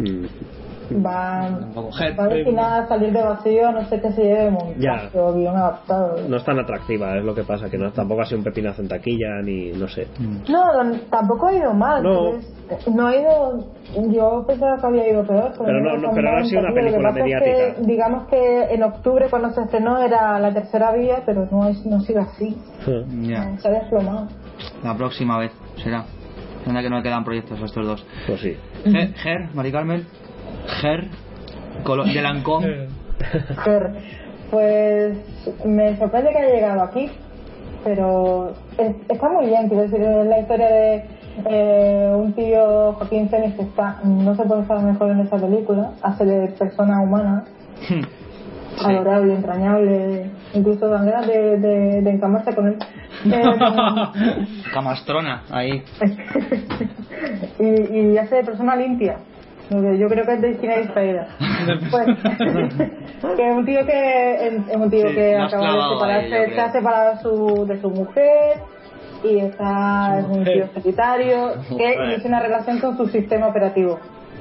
Va destinada a salir de vacío, no sé qué se lleve montaje o guión adaptado. No es tan atractiva, es lo que pasa, que tampoco ha sido un pepinazo en taquilla ni no sé. No, tampoco ha ido mal. No ha ido. Yo pensaba que había ido peor. Pero no ha sido una película mediática. Digamos que en octubre cuando se estrenó era la tercera vía, pero no ha sido así. Se ha desplomado. La próxima vez será. Tendrá que no quedan proyectos estos 2. Pues sí. Mari Carmen. de Lancôme. Pues me sorprende que haya llegado aquí, pero está muy bien. Quiero decir, es la historia de un tío, Joaquín Phoenix, que no se puede estar mejor en esa película. Hace de persona humana, adorable, entrañable, incluso dan ganas de encamarse con él. Camastrona ahí. y hace de persona limpia. Yo creo que es de China y Israel. Pues, que es un tío que acaba de separarse, se ha separado de su mujer y es un tío solitario que inicia una relación con su sistema operativo.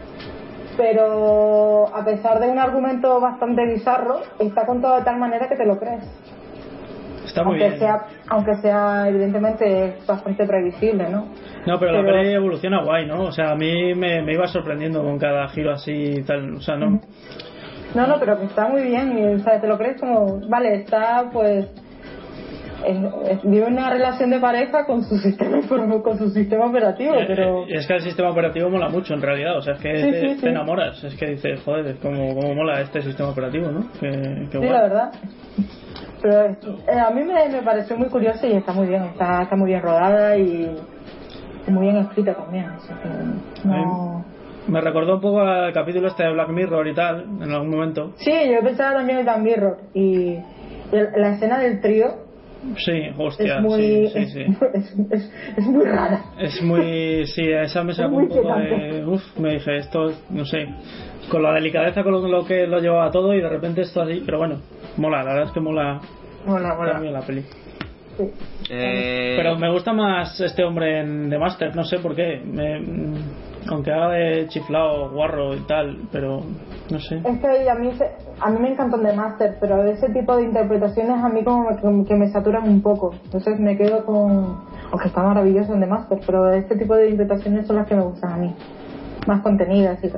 Pero a pesar de un argumento bastante bizarro, está contado de tal manera que te lo crees. Está muy bien. Aunque sea evidentemente bastante previsible, ¿no? No, pero la peli evoluciona guay, ¿no? O sea, a mí me iba sorprendiendo con cada giro así y tal, o sea, no. No, pero que está muy bien, y, o sea, te lo crees como, vale, está pues vive una relación de pareja con su sistema operativo, pero es que el sistema operativo mola mucho en realidad, o sea, es que te enamoras, es que dices, joder, es como mola este sistema operativo, ¿no? Que sí, la verdad. Pero a mí me pareció muy curioso y está muy bien, está muy bien rodada y muy bien escrita también, o sea, que no... Me recordó un poco al capítulo este de Black Mirror y tal, en algún momento. Sí, yo pensaba también en Black Mirror y la escena del trío. Sí, hostia, es muy, sí. Es muy rara. Es muy... Sí, esa me sacó un poco de... me dije, esto, no sé, con la delicadeza con lo que lo llevaba todo y de repente esto así, pero bueno, mola, la verdad es que mola también la peli. Sí. Pero me gusta más este hombre en The Master, no sé por qué. Aunque haga de chiflado, guarro y tal, pero no sé. Es que a mí me encantan The Master, pero ese tipo de interpretaciones a mí como que me saturan un poco. Entonces me quedo con... Aunque está maravilloso en The Master, pero ese tipo de interpretaciones son las que me gustan a mí. Más contenidas y tal.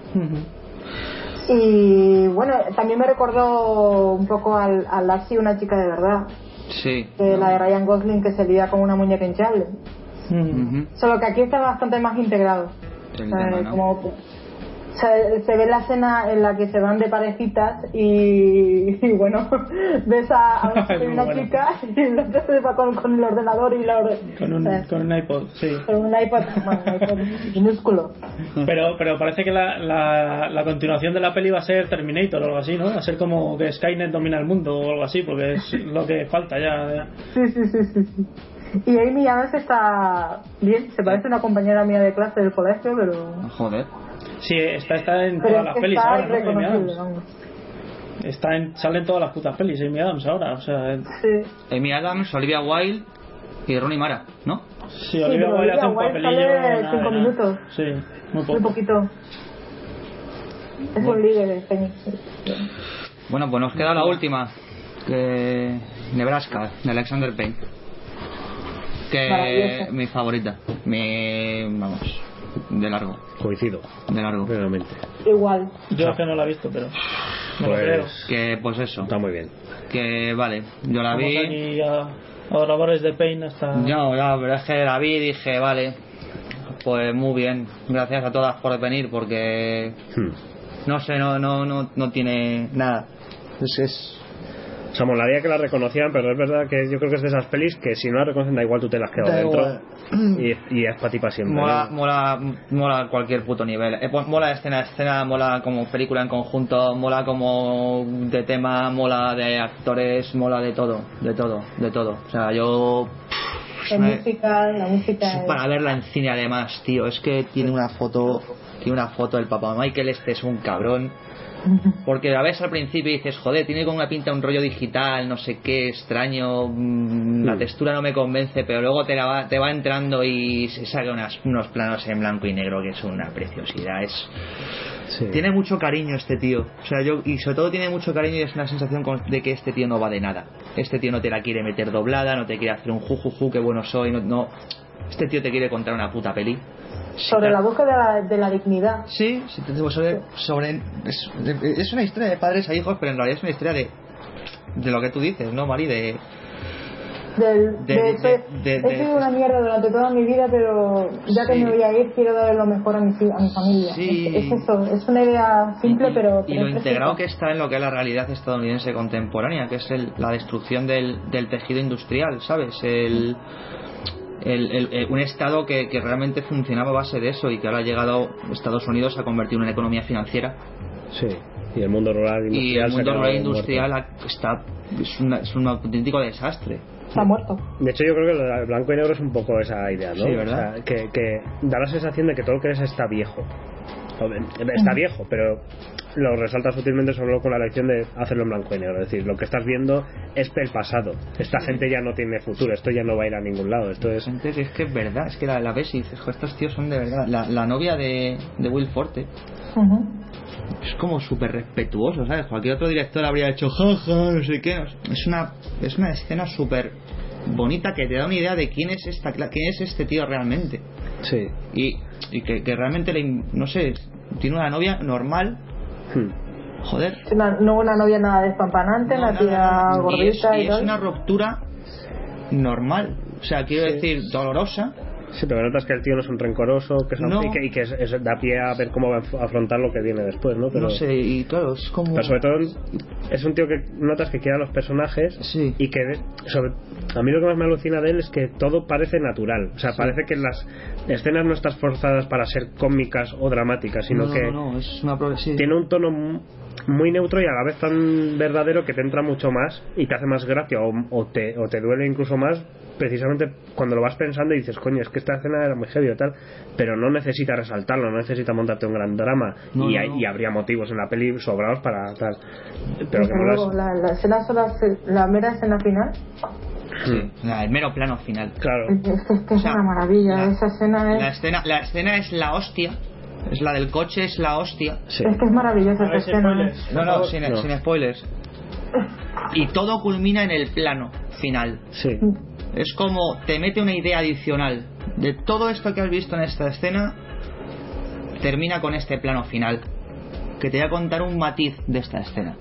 Y bueno, también me recordó un poco al Lassie, una chica de verdad. Sí. La de Ryan Gosling, que se lía con una muñeca hinchable. Solo que aquí está bastante más integrado. Se ve la escena en la que se van de parejitas y bueno, ves a una chica y la otra se va con el ordenador y con un iPod, sí. Con un iPod minúsculo. Pero parece que la continuación de la peli va a ser Terminator o algo así, ¿no? Va a ser como que Skynet domina el mundo o algo así, porque es lo que falta ya. Sí. Y Amy Adams está bien, se parece a una compañera mía de clase del colegio, pero... Joder. Sí, está en todas las pelis ahora, ¿no? Amy Adams. Sale en todas las putas pelis Amy Adams ahora, o sea... Sí. Amy Adams, Olivia Wilde y Rooney Mara, ¿no? Sí, Olivia Wilde hace un papelillo... Sale 5 minutos. Sí, muy poquito. Es un líder de Fénix. Bueno, pues nos queda la última, que Nebraska, de Alexander Payne, que mi favorita, vamos, de largo. Coincido. De largo. Realmente. Igual. Yo es que no la he visto, pero me lo creo. Que pues eso. Está muy bien. Que vale, yo la vi. Aquí adoradores de Payne hasta. No, ya, pero es que la vi y dije, vale, pues muy bien. Gracias a todas por venir, porque no sé, no tiene nada. O sea, molaría que la reconocieran, pero es verdad que yo creo que es de esas pelis que si no la reconocen da igual, tú te las quedas dentro y es para ti para siempre. Mola cualquier puto nivel. Mola escena a escena, mola como película en conjunto, mola como de tema, mola de actores, mola de todo. O sea, yo... La música es para verla en cine además, tío. Es que tiene una foto del papá Michael, es un cabrón. Porque la ves al principio y dices, joder, tiene como una pinta un rollo digital, no sé qué, extraño, la textura no me convence, pero luego te va entrando y se saca unos planos en blanco y negro que es una preciosidad. Tiene mucho cariño este tío, o sea, y sobre todo tiene mucho cariño y es una sensación de que este tío no va de nada. Este tío no te la quiere meter doblada, no te quiere hacer un jujuju, qué bueno soy, no. Este tío te quiere contar una puta peli. Sobre la búsqueda de la dignidad. Sí, es una historia de padres a hijos, pero en realidad es una historia de lo que tú dices, ¿no, Mari? He sido una mierda durante toda mi vida, pero ya que me voy a ir quiero darle lo mejor a mi familia. Sí. Es eso, es una idea simple, pero lo integrado que está en lo que es la realidad estadounidense contemporánea, que es la destrucción del tejido industrial, ¿sabes? Un estado que realmente funcionaba a base de eso y que ahora ha llegado Estados Unidos a convertir en una economía financiera. Sí, y el mundo rural industrial es un auténtico desastre. Está muerto. De hecho, yo creo que el blanco y negro es un poco esa idea, ¿no? Sí, ¿verdad? O sea, que da la sensación de que todo lo que eres está viejo. Está viejo, pero lo resalta sutilmente solo con la elección de hacerlo en blanco y negro. Es decir, lo que estás viendo es el pasado. Esta gente ya no tiene futuro, esto ya no va a ir a ningún lado. Esto es gente que es que es verdad, es que la ves y dices, estos tíos son de verdad. La novia de Will Forte es como súper respetuoso, ¿sabes? Cualquier otro director habría hecho jaja, no sé qué. Es una escena súper bonita que te da una idea de quién es este tío realmente. Sí. Y que realmente no sé, tiene una novia normal. Joder. No una novia nada despampanante, una tía gordita y es una ruptura normal, o sea, quiero decir, dolorosa. Sí, pero notas que el tío no es un rencoroso, que da pie a ver cómo va a afrontar lo que viene después, ¿no? Pero, no sé, y claro, es como... Pero sobre todo es un tío que notas que quiere a los personajes y que a mí lo que más me alucina de él es que todo parece natural, o sea, parece que las escenas no están forzadas para ser cómicas o dramáticas, sino tiene un tono muy neutro y a la vez tan verdadero que te entra mucho más y te hace más gracia o te duele incluso más, precisamente cuando lo vas pensando y dices, coño, es que esta escena era muy heavy o tal, pero no necesita resaltarlo, no necesita montarte un gran drama y habría motivos en la peli sobrados para tal, pero que luego, la escena la mera escena final Sí, el mero plano final. Claro. Es una maravilla, esa escena es... La escena es la hostia. Es la del coche, es la hostia. Sí. Es que es maravillosa esa escena. No, sin spoilers. Y todo culmina en el plano final. Sí. Es como te mete una idea adicional de todo esto que has visto en esta escena. Termina con este plano final que te va a contar un matiz de esta escena.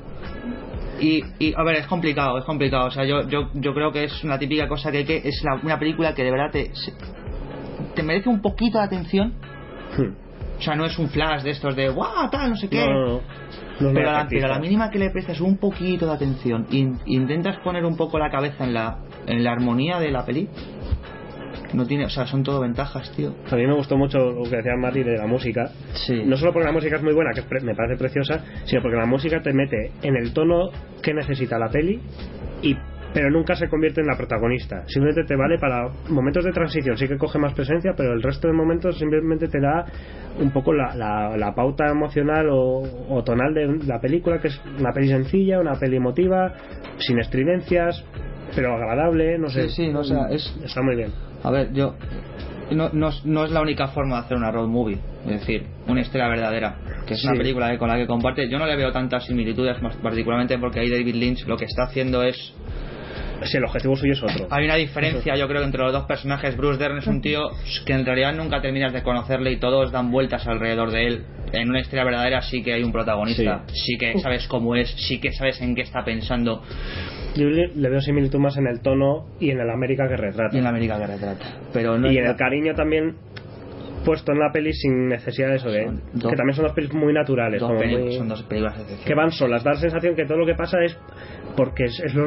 Y a ver, es complicado. O sea, yo creo que es una típica cosa que es una película que de verdad te merece un poquito de atención. O sea, no es un flash de estos de ¡guau! Tal, no sé qué. No, pero a la mínima que le prestes un poquito de atención, intentas poner un poco la cabeza en la armonía de la peli. No tiene, o sea, son todo ventajas, tío. A mí me gustó mucho lo que decía Mati de la música. Sí. No solo porque la música es muy buena, que me parece preciosa, sino porque la música te mete en el tono que necesita la peli, pero nunca se convierte en la protagonista. Simplemente te vale para momentos de transición, sí que coge más presencia, pero el resto de momentos simplemente te da un poco la pauta emocional o tonal de la película, que es una peli sencilla, una peli emotiva, sin estridencias, pero agradable, no sé. Sí, o sea, está muy bien. A ver, no es la única forma de hacer una road movie, es decir, una historia verdadera, que es una película con la que comparte. Yo no le veo tantas similitudes, más particularmente porque ahí David Lynch lo que está haciendo es... Sí, el objetivo suyo es otro. Hay una diferencia, yo creo, entre los dos personajes. Bruce Dern es un tío que en realidad nunca terminas de conocerle y todos dan vueltas alrededor de él. En una historia verdadera sí que hay un protagonista, sí que sabes cómo es, sí que sabes en qué está pensando. Yo le veo similitud más en el tono y en el América que retrata. Pero no y en el cariño también puesto en la peli sin necesidad de eso, que también son dos pelis muy naturales. Son dos películas que van solas. Da la sensación que todo lo que pasa es porque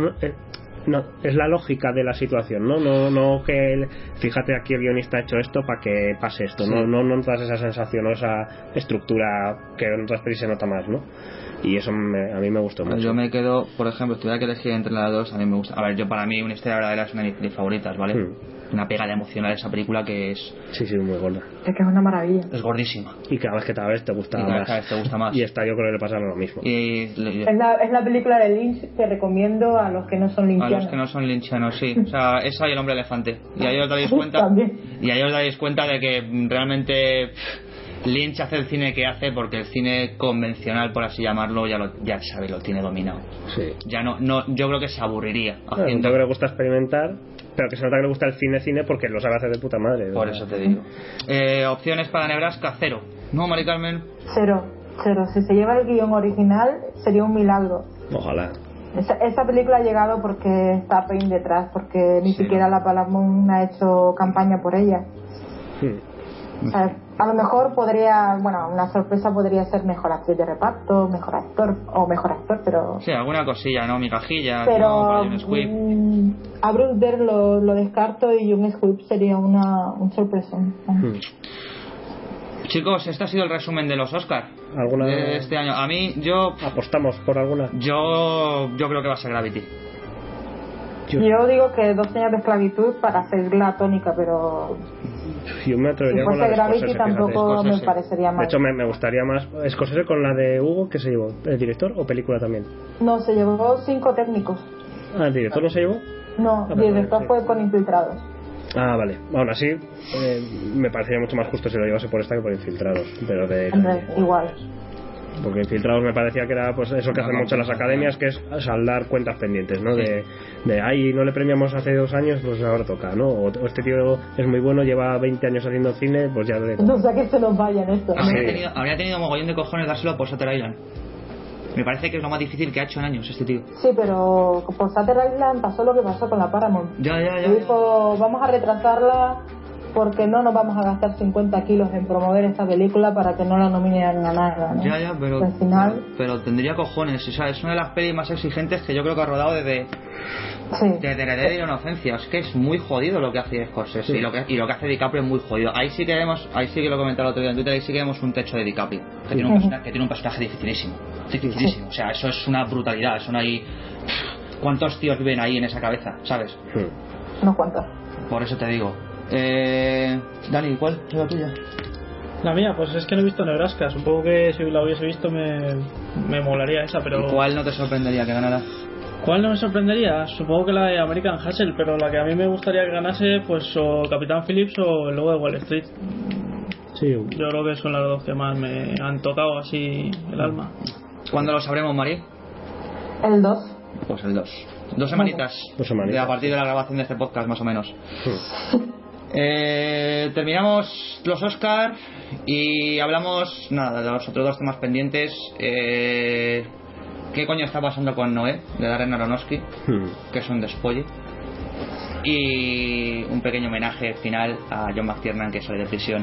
es la lógica de la situación, no que fíjate aquí el guionista ha hecho esto para que pase esto, sí. no das esa sensación o esa estructura que en otras pelis se nota más, ¿no? Y eso a mí me gustó mucho. Yo me quedo, por ejemplo, si tuviera que elegir entre las dos, a mí me gusta. A ver, para mí una historia verdadera es una de mis favoritas, ¿vale? Una pegada emocional esa película que es... Sí, muy gorda. Es que es una maravilla. Es gordísima. Y cada vez te gusta más. Y esta yo creo que le pasa lo mismo. Es la película de Lynch que recomiendo a los que no son lynchianos. A los que no son lynchianos, sí. O sea, esa y el hombre elefante. Y ahí os daréis cuenta. Y ahí os daréis cuenta de que realmente Lynch hace el cine que hace porque el cine convencional, por así llamarlo, ya sabe, lo tiene dominado. Sí. Ya no, yo creo que se aburriría haciendo. Yo creo que le gusta experimentar, pero que se nota que le gusta el cine porque lo sabe hacer de puta madre. Por eso te digo. Opciones para Nebraska, 0. ¿No, Mari Carmen? 0. Si se lleva el guión original sería un milagro. Ojalá. Esta película ha llegado porque está Payne detrás, porque ni siquiera la Paramount ha hecho campaña por ella. O sea, a lo mejor una sorpresa podría ser mejor actriz de reparto, mejor actor, pero... Sí, alguna cosilla, ¿no? Migajilla, pero ¿no? Para John Squibb. A Bruce Dern lo descarto y John Squibb sería un sorpresón. Chicos, este ha sido el resumen de los Oscars de este año. A mí, ¿apostamos por alguna? Yo creo que va a ser Gravity. Yo digo que 12 años de esclavitud para seguir la tónica, pero... Yo me atrevería con la de Gravity tampoco me parecería mal. De hecho, me gustaría más Scorsese con la de Hugo, que se llevó, ¿el director o película también? No, se llevó 5 técnicos. ¿El director no se llevó? No, el director fue con Infiltrados. Vale. Aún así, me parecería mucho más justo si lo llevase por esta que por Infiltrados, pero igual. Porque Infiltrados me parecía que era pues eso que hacen mucho las academias, que es saldar cuentas pendientes, ¿no? Sí. De ahí no le premiamos hace 2 años, pues ahora toca, ¿no? O este tío es muy bueno, lleva 20 años haciendo cine, pues ya le... No, o sea que se nos vaya en esto. Habría tenido mogollón de cojones dárselo por Shutter Island. Me parece que es lo más difícil que ha hecho en años este tío. Sí, pero por Shutter Island pasó lo que pasó con la Paramount. Ya. Dijo, vamos a retrasarla porque no nos vamos a gastar 50 kilos en promover esta película para que no la nominen a nada, ¿no? Ya, pero al final... pero tendría cojones. O sea, es una de las pelis más exigentes que yo creo que ha rodado desde Heredera y la Inocencia. Es que es muy jodido lo que hace Scorsese, y lo que hace DiCaprio es muy jodido. Ahí sí que lo comentaba el otro día en Twitter, ahí sí que vemos un techo de DiCaprio, que tiene un personaje dificilísimo. O sea, eso es una brutalidad. Eso no hay... ¿Cuántos tíos viven ahí en esa cabeza, sabes? No cuántos. Por eso te digo. Dani, ¿cuál es la tuya? La mía, pues es que no he visto Nebraska. Supongo que si la hubiese visto me molaría esa, pero... ¿Cuál no te sorprendería que ganara? ¿Cuál no me sorprendería? Supongo que la de American Hustle, pero la que a mí me gustaría que ganase, pues o Capitán Phillips o el Lobo de Wall Street. Sí. Yo creo que son las dos que más me han tocado así el alma. ¿Cuándo lo sabremos, Mari? El 2. Pues el 2. 2 semanitas. 2 semanitas. A partir de la grabación de este podcast, más o menos. Terminamos los Oscar y hablamos nada de los otros 2 temas pendientes. ¿Qué coño está pasando con Noé? De Darren Aronofsky, que es un despolle. Y un pequeño homenaje final a John McTiernan, que sale de prisión.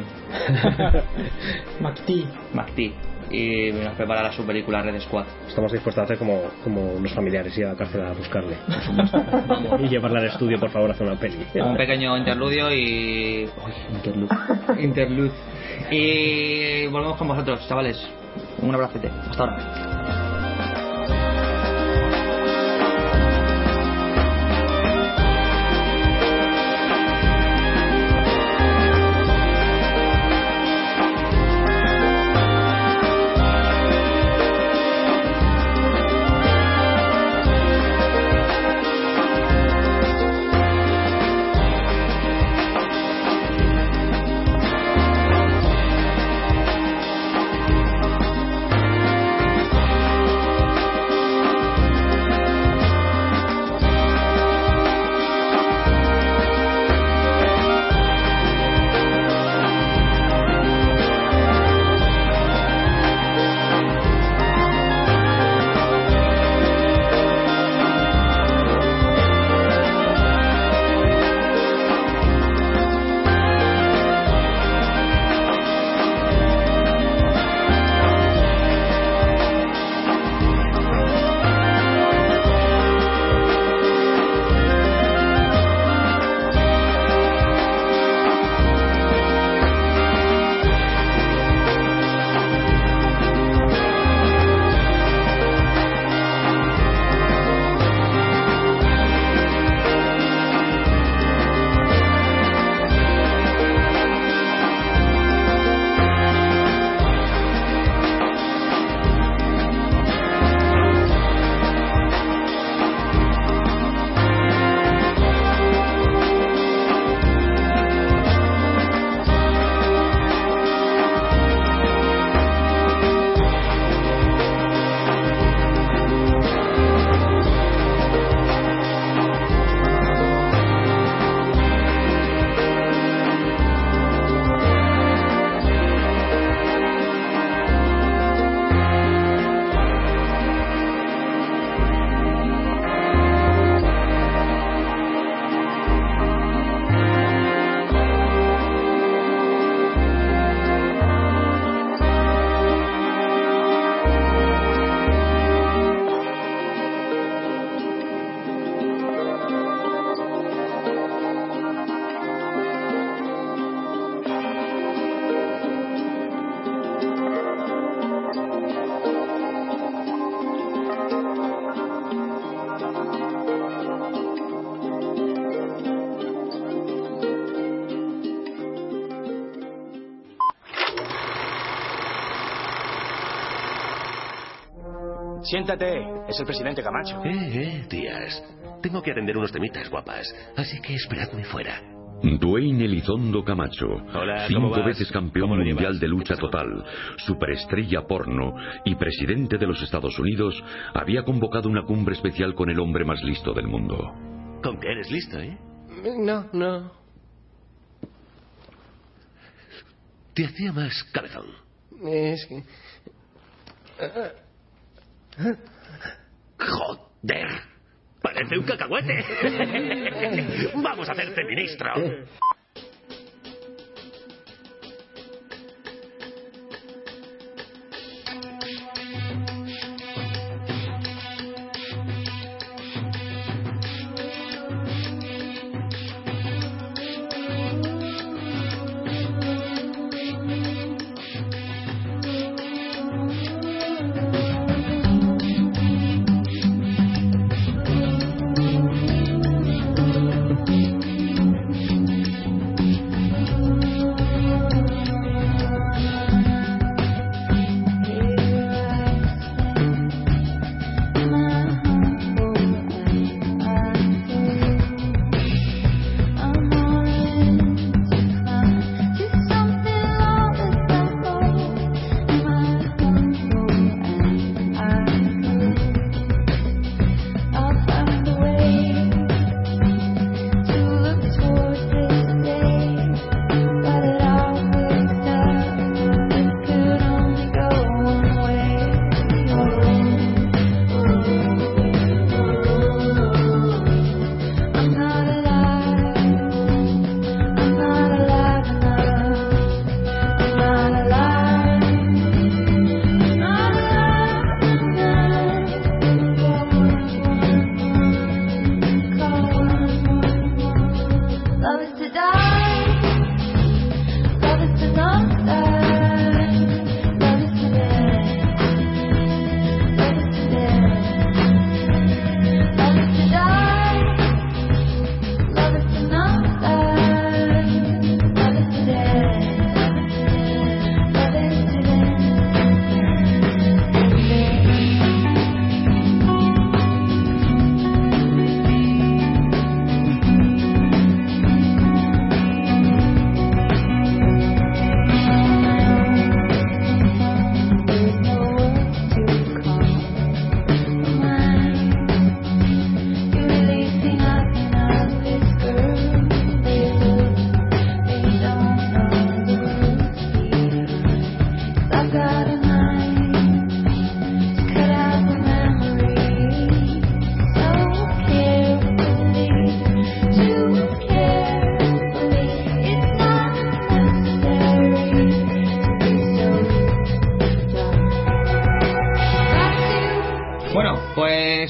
McTee. Y nos preparará su película Red Squad. Estamos dispuestos a hacer como unos familiares, ir a la cárcel a buscarle y llevarla al estudio, por favor, a hacer una peli. Un pequeño interludio y... Interlude. Y volvemos con vosotros, chavales. Un abracete. Hasta ahora. Siéntate, es el presidente Camacho. Díaz. Tengo que atender unos temitas, guapas. Así que esperadme fuera. Dwayne Elizondo Camacho, Hola, 5 veces campeón mundial de lucha total, superestrella porno y presidente de los Estados Unidos, había convocado una cumbre especial con el hombre más listo del mundo. ¿Con qué eres listo, No. Te hacía más cabezón. Es que... ¡Joder! ¡Parece un cacahuete! ¡Vamos a hacerte ministro!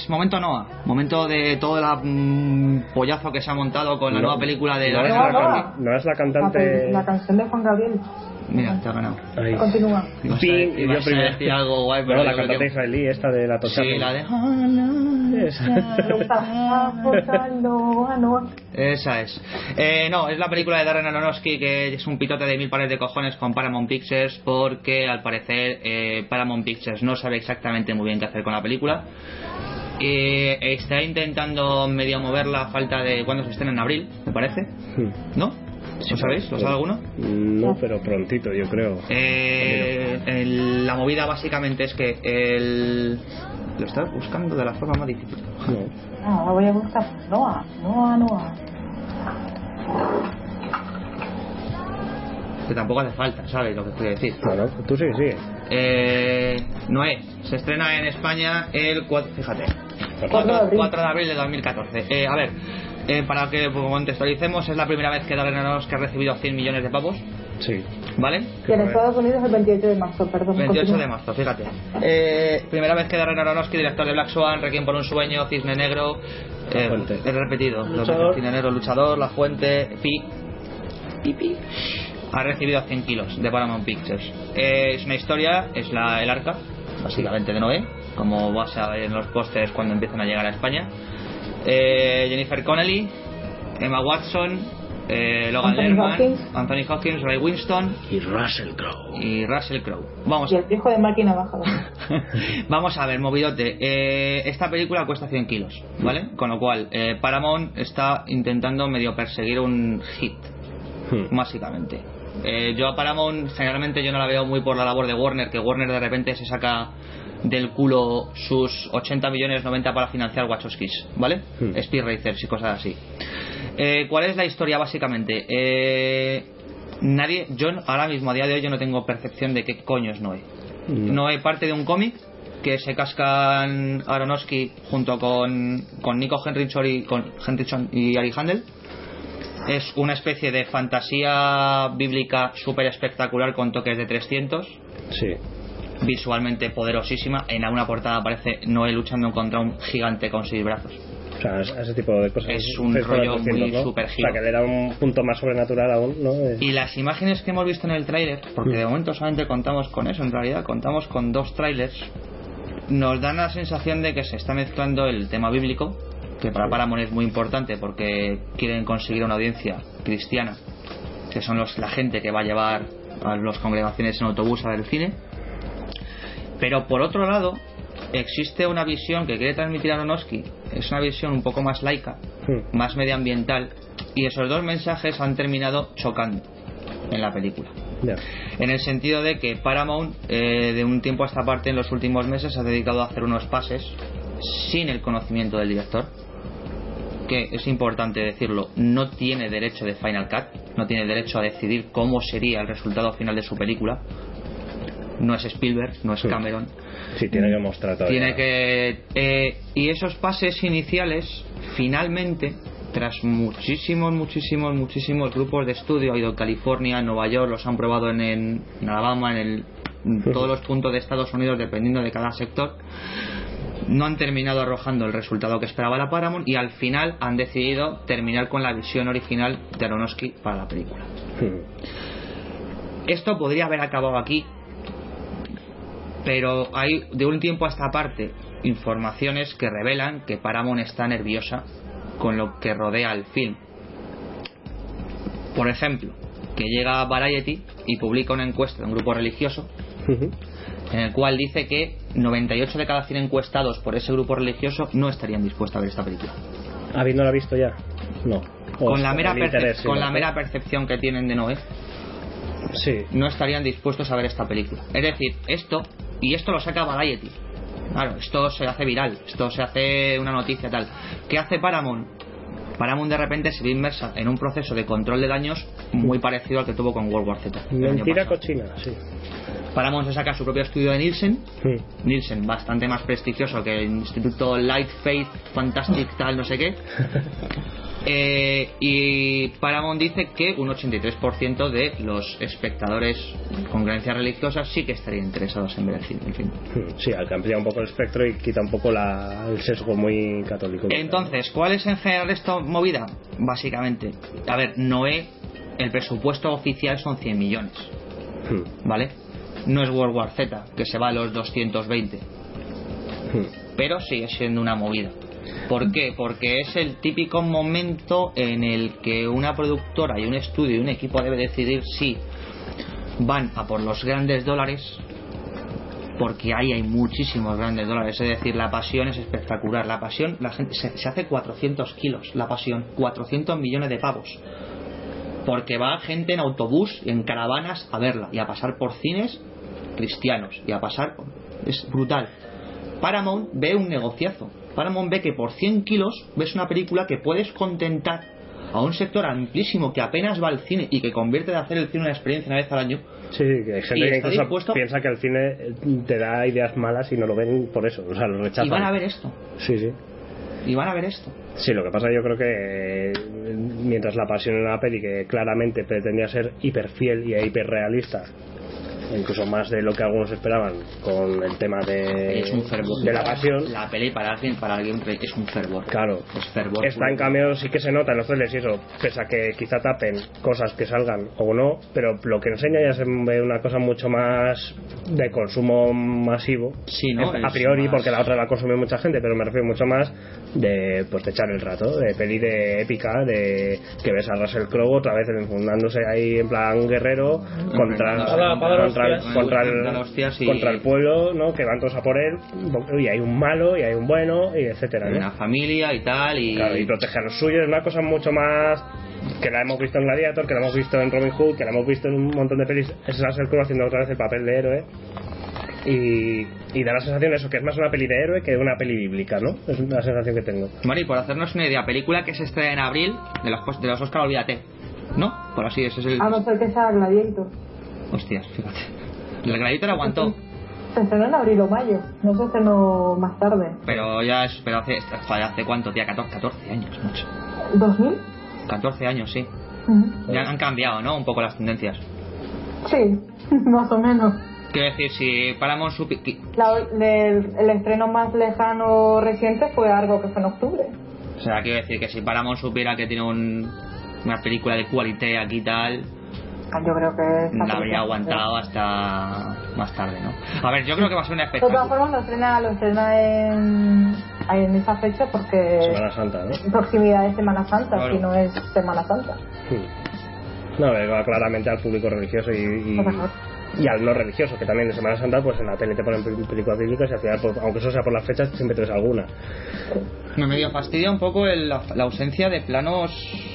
es momento Noah, momento de todo el pollazo que se ha montado con la nueva película de... No es la cantante... La canción de Juan Gabriel. Mira, te ha ganado. Ahí. Continúa. Y yo primero decir algo guay, pero no, la cantante israelí esta de la tocha. Sí, la de... Esa es. No, es la película de Darren Aronofsky, que es un pitote de 1000 pares de cojones con Paramount Pictures, porque al parecer Paramount Pictures no sabe exactamente muy bien qué hacer con la película. Está intentando medio moverla a falta de cuando se estrena, en abril, me parece. ¿No? ¿Lo sabéis? ¿Lo sabe alguno? No, pero prontito, yo creo. La movida básicamente es que lo estás buscando de la forma más difícil. No, lo voy a buscar. Noah. Que tampoco hace falta, ¿sabes lo que quiero decir? Claro, tú sí. Noé se estrena en España el 4 de abril de 2014. A ver, para que contextualicemos, es la primera vez que Darren Aronofsky ha recibido 100 millones de pavos. Sí. ¿Vale? Y en Estados Unidos el 28 de marzo, perdón. 28 de marzo, fíjate. Primera vez que Darren Aronofsky, director de Black Swan, Requiem por un sueño, Cisne Negro, he repetido, Cisne Negro, Luchador, La Fuente, Pi, ha recibido 100 kilos de Paramount Pictures. Es una historia, es el arca, básicamente, de Noé, como vas a ver en los pósters cuando empiezan a llegar a España. Jennifer Connelly, Emma Watson, Logan Lerman, Anthony Hopkins, Ray Winston y Russell Crowe. Y el hijo de Marky Navaja. Vamos a ver, movidote. Esta película cuesta 100 kilos, ¿vale? Con lo cual Paramount está intentando medio perseguir un hit, básicamente. Yo a Paramount generalmente yo no la veo muy por la labor de Warner, que Warner de repente se saca del culo sus 80 millones, 90 para financiar Wachowskis, ¿vale? Speed Racers y cosas así. ¿Cuál es la historia básicamente? Yo ahora mismo a día de hoy yo no tengo percepción de qué coño es Noé. Noé parte de un cómic que se cascan Aronofsky junto con Nico Henrichon y Ari Handel. Es una especie de fantasía bíblica súper espectacular con toques de 300. Sí. Visualmente poderosísima. En una portada aparece Noé luchando contra un gigante con 6 brazos. O sea, ese tipo de cosas. Es un rollo muy super giro. O sea, que le da un punto más sobrenatural aún, ¿no? Y las imágenes que hemos visto en el tráiler, porque de momento solamente contamos con eso, en realidad contamos con 2 tráilers, nos dan la sensación de que se está mezclando el tema bíblico, que para Paramount es muy importante porque quieren conseguir una audiencia cristiana, que son la gente que va a llevar a las congregaciones en autobús a ver el cine. Pero por otro lado existe una visión que quiere transmitir Aronofsky, es una visión un poco más laica, más medioambiental, y esos 2 mensajes han terminado chocando en la película. En el sentido de que Paramount de un tiempo a esta parte, en los últimos meses, se ha dedicado a hacer unos pases sin el conocimiento del director, que es importante decirlo, no tiene derecho de Final Cut, no tiene derecho a decidir cómo sería el resultado final de su película. No es Spielberg, no es Cameron. Sí, tiene que mostrar todo. Y esos pases iniciales, finalmente, tras muchísimos grupos de estudio, ha ido en California, en Nueva York, los han probado en Alabama, en todos los puntos de Estados Unidos, dependiendo de cada sector, no han terminado arrojando el resultado que esperaba la Paramount, y al final han decidido terminar con la visión original de Aronofsky para la película. Esto podría haber acabado aquí, pero hay de un tiempo a esta parte informaciones que revelan que Paramount está nerviosa con lo que rodea al film. Por ejemplo, que llega Variety y publica una encuesta de un grupo religioso en el cual dice que 98 de cada 100 encuestados por ese grupo religioso no estarían dispuestos a ver esta película. ¿Habiéndola visto ya? No. Con la mera percepción que tienen de Noé, no estarían dispuestos a ver esta película. Es decir, esto lo saca Variety. Claro, esto se hace viral, esto se hace una noticia tal. ¿Qué hace Paramount? Paramount de repente se ve inmersa en un proceso de control de daños muy parecido al que tuvo con World War Z. Mentira cochina, sí. Paramount se saca su propio estudio de Nielsen. Nielsen, bastante más prestigioso que el Instituto Light Faith Fantastic tal no sé qué. Y Paramount dice que un 83% de los espectadores con creencias religiosas sí que estarían interesados en ver el cine, en fin. Sí, al que amplía un poco el espectro y quita un poco el sesgo muy católico. Entonces, ¿cuál es en general esta movida? Básicamente, a ver, Noé, el presupuesto oficial son 100 millones, ¿vale? No es World War Z, que se va a los 220, pero sigue siendo una movida. ¿Por qué? Porque es el típico momento en el que una productora y un estudio y un equipo debe decidir si van a por los grandes dólares, porque ahí hay muchísimos grandes dólares. Es decir, La Pasión es espectacular. La Pasión, la gente se hace 400 kilos. La Pasión, 400 millones de pavos, porque va gente en autobús y en caravanas a verla y a pasar por cines cristianos y a pasar. Es brutal. Paramount ve un negociazo. Paramount ve que por 100 kilos ves una película que puedes contentar a un sector amplísimo que apenas va al cine y que convierte de hacer el cine una experiencia una vez al año. Sí, que hay gente que incluso piensa que el cine te da ideas malas y no lo ven por eso, o sea, lo rechazan. Y van a ver esto. Sí. Y van a ver esto. Sí, lo que pasa yo creo que mientras La Pasión en una peli que claramente pretendía ser hiper fiel y hiper realista, incluso más de lo que algunos esperaban con el tema de La Pasión. La peli para alguien es un fervor. Claro, es fervor. Esta en cambio sí que se nota en los trailers y eso, pese a que quizá tapen cosas que salgan o no, pero lo que enseña ya se ve una cosa mucho más de consumo masivo. Sí, ¿no? A priori, más... porque la otra la consume mucha gente, pero me refiero mucho más de echar el rato, de peli de épica, de que ves a Russell Crowe otra vez enfundándose ahí en plan guerrero contra el pueblo, ¿no? Que van todos a por él y hay un malo y hay un bueno y etcétera, ¿no? Una familia y tal y protege a los suyos. Es una cosa mucho más que la hemos visto en Gladiator, que la hemos visto en Robin Hood, que la hemos visto en un montón de pelis. Es Russell Crowe haciendo otra vez el papel de héroe y da la sensación de eso, que es más una peli de héroe que una peli bíblica, ¿no? Es la sensación que tengo. Mari, por hacernos una idea, película que se estrena en abril de los Oscar, olvídate, ¿no? Por así es el... A no ser que sea Gladiator. Hostias, fíjate. El Gladiator aguantó. Se estrenó en abril o mayo, no se estrenó más tarde. Pero ya es, pero hace cuánto, tía, 14 años, mucho. ¿2000? 14 años, sí. Ya han cambiado, ¿no? Un poco las tendencias. Sí, más o menos. Quiero decir, si Paramount el estreno más lejano reciente fue algo que fue en octubre. O sea, quiero decir que si Paramount supiera que tiene una película de qualité aquí y tal, yo creo que la habría aguantado hasta más tarde, ¿no? A ver, yo creo que va a ser un espectáculo. De todas formas lo estrena en esa fecha porque Semana Santa, ¿no? Proximidad de Semana Santa, claro. Si no es Semana Santa. No, va claramente al público religioso y al no religioso, que también de Semana Santa pues en la tele te ponen películas bíblicas y al final, pues, aunque eso sea por las fechas, siempre te ves alguna. Me medio fastidia un poco la ausencia de planos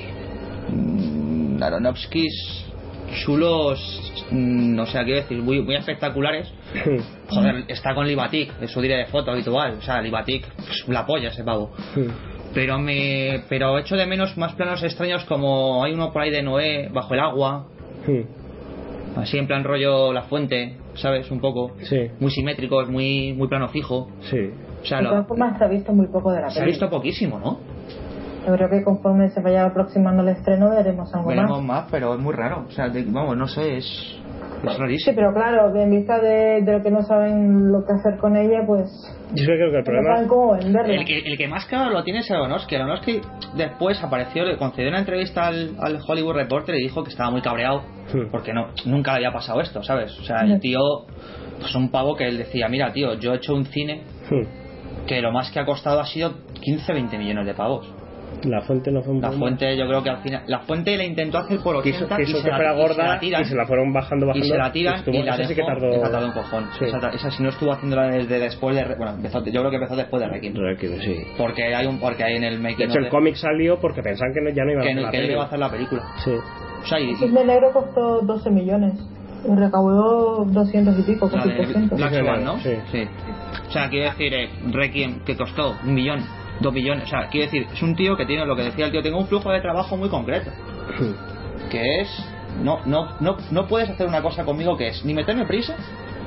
Aronofskis chulos, no sé, quiero decir, muy, muy espectaculares. Joder, está con Libatic, eso diré de foto habitual, o sea, Libatic, la polla ese pavo. Pero echo de menos más planos extraños, como hay uno por ahí de Noé bajo el agua, así en plan rollo La Fuente, ¿sabes? Un poco, muy simétricos, muy plano fijo. O sea, de todas formas se ha visto muy poco de la película. Se ha visto poquísimo, ¿no? Yo creo que conforme se vaya aproximando el estreno veremos más, pero es muy raro. O sea, vamos, no sé, es rarísimo. Sí, pero claro, en vista de lo que no saben lo que hacer con ella, pues yo creo que el problema no saben cómo venderla. El que más claro lo tiene es Aronofsky. Aronofsky después apareció, le concedió una entrevista al Hollywood Reporter y dijo que estaba muy cabreado porque nunca le había pasado esto, ¿sabes? O sea, el tío, pues un pavo que él decía, mira tío, yo he hecho un cine que lo más que ha costado ha sido 15-20 millones de pavos. La Fuente no fue un... La Fuente, yo creo que al final La Fuente le intentó hacer por 80 quiso que fuera gorda y se la fueron bajando y se la tiran y la dejó, sí que tardó un cojón. Esa si no estuvo haciéndola desde después de yo creo que empezó después de Requiem, sí, porque hay en el making. De hecho el cómic salió porque pensaban que ya no iba a hacer la película, que no iba a hacer la película. O sea, el Cisne Negro costó 12 millones y recaudó 200 y pico, casi 300. Black Swan, ¿no? Sí. O sea, quiero decir, Requiem, que costó 1 millón, 2 millones, o sea, quiero decir, es un tío que tiene lo que decía el tío, tengo un flujo de trabajo muy concreto, que es no puedes hacer una cosa conmigo que es ni meterme prisa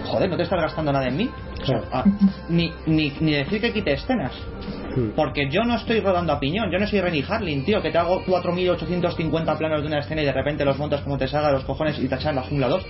joder, no te estás gastando nada en mí. O sea, ni decir que quite escenas. Porque yo no estoy rodando a piñón, yo no soy Renny Harlin, tío, que te hago 4.850 planos de una escena y de repente los montas como te salga los cojones y te echan la jungla 2.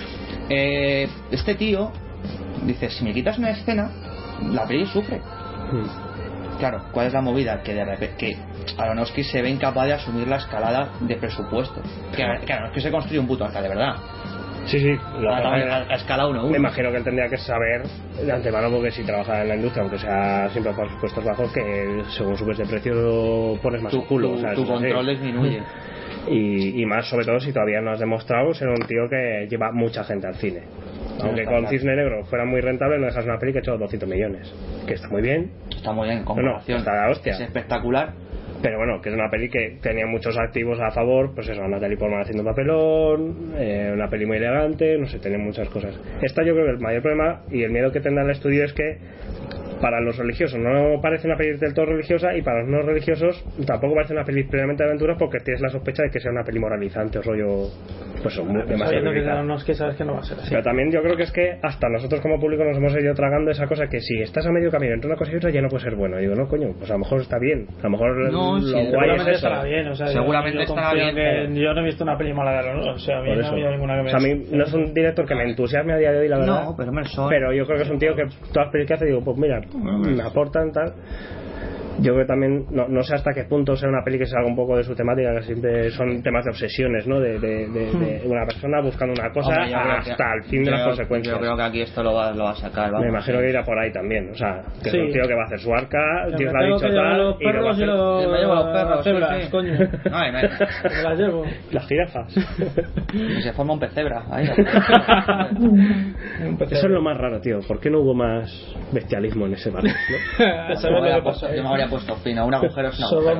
Este tío dice, si me quitas una escena, la peli sufre. Claro, ¿cuál es la movida? Que de repente que Aronofsky se ve incapaz de asumir la escalada de presupuesto. Que Aronofsky se construye un puto arca de verdad. Sí, a escala 1-1. Me imagino que él tendría que saber de antemano, porque si trabaja en la industria, aunque sea siempre por supuestos bajos, que según subes de precio pones más culo. Tu control disminuye. Y más sobre todo si todavía no has demostrado ser un tío que lleva mucha gente al cine. Aunque con Cisne Negro fuera muy rentable, no dejas una peli que ha hecho 200 millones, que está muy bien. Está muy bien, en comparación. Está la hostia. Es espectacular. Pero bueno, que es una peli que tenía muchos activos a favor, pues eso, Natalie Portman haciendo papelón, una peli muy elegante, no sé, tenía muchas cosas. Esta yo creo que el mayor problema y el miedo que tendrá el estudio es que para los religiosos no parece una peli del todo religiosa, y para los no religiosos tampoco parece una peli plenamente de aventuras, porque tienes la sospecha de que sea una peli moralizante o rollo, pues demasiado que sabes que no va a ser así. Pero también yo creo que es que hasta nosotros como público nos hemos ido tragando esa cosa que si estás a medio camino entre una cosa y otra ya no puede ser bueno. Y digo, no coño, pues a lo mejor está bien, a lo mejor no, lo guay es eso. Estará bien, o sea, seguramente estará bien. Yo no he visto una peli mala de Aronofsky, o sea, a mí no ha habido ninguna que me... O sea, a mí no es un director que me entusiasme a día de hoy, la verdad. No, pero yo creo que es un tío que todas las pelis que hace digo, pues mira, me aportan tal. Yo creo que también no sé hasta qué punto sea una peli que salga un poco de su temática, que siempre son temas de obsesiones, ¿no? De una persona buscando una cosa hasta el fin de las consecuencias. Yo creo que aquí esto lo va a sacar, vamos. Me imagino que irá por ahí también, o sea, que sí. Es un tío que va a hacer su arca, Dios le ha dicho tal, los perros y lo me llevo los perros, cebras, coño. No. Me las llevo. Las jirafas. Y se forma un pecebra ahí. Eso es lo más raro, tío. ¿Por qué no hubo más bestialismo en ese barrio, ¿no? Yo me habría puesto fin a un agujero es una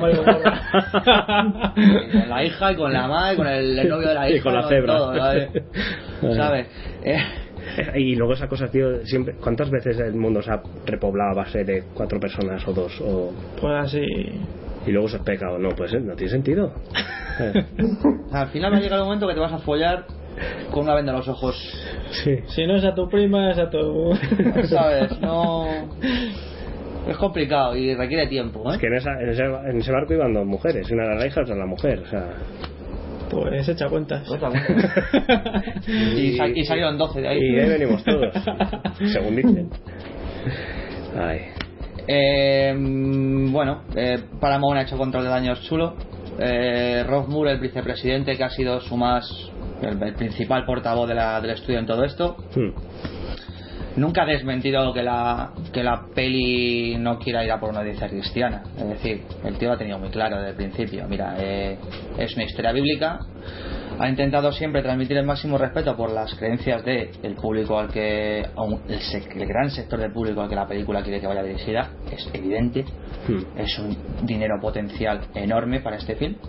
con la hija y con la madre, con el novio de la hija y con la cebra todo, ¿sabes? Y luego esa cosa, tío, siempre, ¿cuántas veces el mundo se ha repoblado a base de 4 personas o 2 o pues así, y luego se es pecado? No, pues no tiene sentido. Al final va a llegar el momento que te vas a follar con una venda en los ojos. Sí. Si no es a tu prima, es a tu... ¿Sabes? No... Es complicado y requiere tiempo, ¿eh? Es que en ese barco iban 2 mujeres, una era la hija y otra la mujer, o sea... Pues echa cuentas. Y salieron 12 de ahí. Y ahí venimos todos, según dicen. Ay. Bueno, Paramount ha hecho control de daños chulo. Rob Moore, el vicepresidente, que ha sido el principal portavoz del estudio en todo esto, nunca ha desmentido que la peli no quiera ir a por una audiencia cristiana. Es decir, el tío lo ha tenido muy claro desde el principio. Mira, es una historia bíblica. Ha intentado siempre transmitir el máximo respeto por las creencias del público al que el gran sector del público al que la película quiere que vaya dirigida. Es evidente. Es un dinero potencial enorme para este film.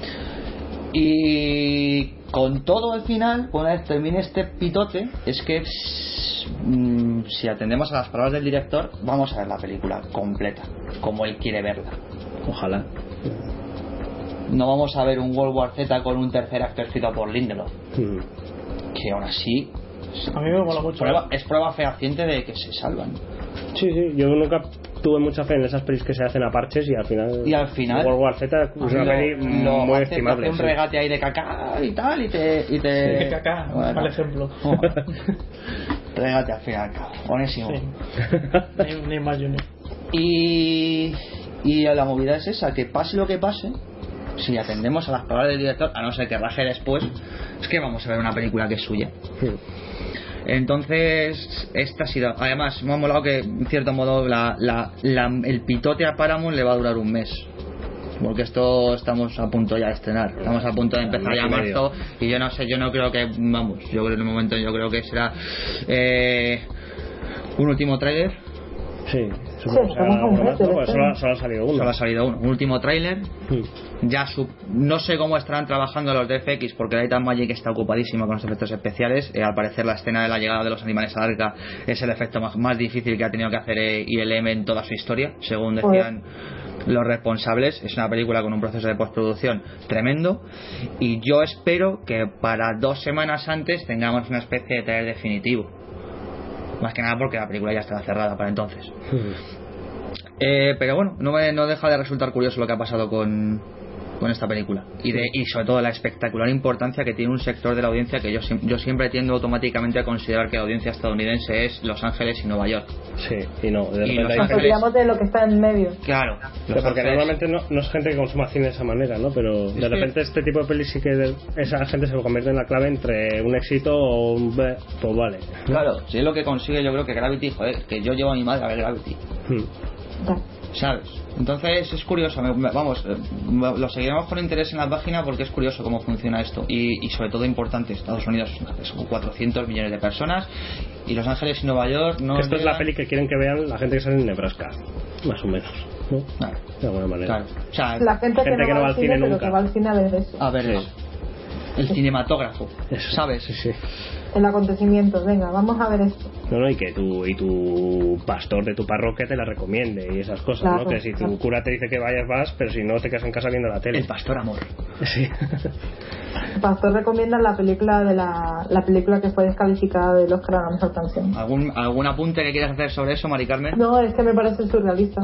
Y con todo al final, una vez termine este pitote, es que si atendemos a las palabras del director, vamos a ver la película completa como él quiere verla. Ojalá. No vamos a ver un World War Z con un tercer acto escrito por Lindelof, que aún así a mí me mola mucho. Es prueba fehaciente de que se salvan. Sí, yo nunca tuve mucha fe en esas pelis que se hacen a parches, y al final World War Z es una peli muy estimable. Un regate ahí de caca y tal, y te sí, caca, bueno, mal ejemplo. Regate al final, onésimo. Sí. Ni más junior. Y la movida es esa, que pase lo que pase, si atendemos a las palabras del director, a no ser que raje después, es que vamos a ver una película que es suya. Entonces, esta ha sido. Además, me ha molado que, en cierto modo, el pitote a Paramount le va a durar un mes. Porque esto estamos a punto ya de estrenar. Estamos a punto de empezar ya marzo. Y yo no sé, yo no creo que. Vamos, yo creo en el momento, yo creo que será un último tráiler. Sí, solo ha salido uno. Solo ha salido uno. Un último tráiler. Ya no sé cómo estarán trabajando los de FX, porque Light and Magic está ocupadísimo con los efectos especiales. Al parecer la escena de la llegada de los animales al arca es el efecto más difícil que ha tenido que hacer ILM en toda su historia, según decían los responsables. Es una película con un proceso de postproducción tremendo, y yo espero que para 2 semanas antes tengamos una especie de trailer definitivo. Más que nada porque la película ya estaba cerrada para entonces. Pero bueno, no deja de resultar curioso lo que ha pasado con esta película y sobre todo la espectacular importancia que tiene un sector de la audiencia que yo siempre tiendo automáticamente a considerar que la audiencia estadounidense es Los Ángeles y Nueva York. Sí, y no, de repente nos olvidamos de lo que está en medio. Claro, porque normalmente no es gente que consuma cine de esa manera, ¿no? Pero de repente este tipo de pelis sí que esa gente se convierte en la clave entre un éxito o un pues vale. Claro, si es lo que consigue, yo creo que Gravity, joder, que yo llevo a mi madre a ver Gravity. ¿Sabes? Entonces es curioso, vamos, lo seguiremos con interés en la página porque es curioso cómo funciona esto y sobre todo importante, Estados Unidos son 400 millones de personas y Los Ángeles y Nueva York no esto es la peli que quieren que vean la gente que sale en Nebraska, más o menos, ¿no? Claro. De alguna manera. Claro. O sea, la gente que no va al cine pero que va al cine a ver eso. A ver eso. El cinematógrafo, ¿sabes? Sí. El acontecimiento, venga, vamos a ver esto. No, y que tu pastor de tu parroquia te la recomiende y esas cosas, claro, ¿no? Que si tu cura te dice que vayas, vas, pero si no te quedas en casa viendo la tele. El pastor amor. Sí. El pastor recomienda la película de la película que fue descalificada del Oscar a la mejor canción. ¿Algún apunte que quieras hacer sobre eso, Mari Carmen? No, es que me parece surrealista.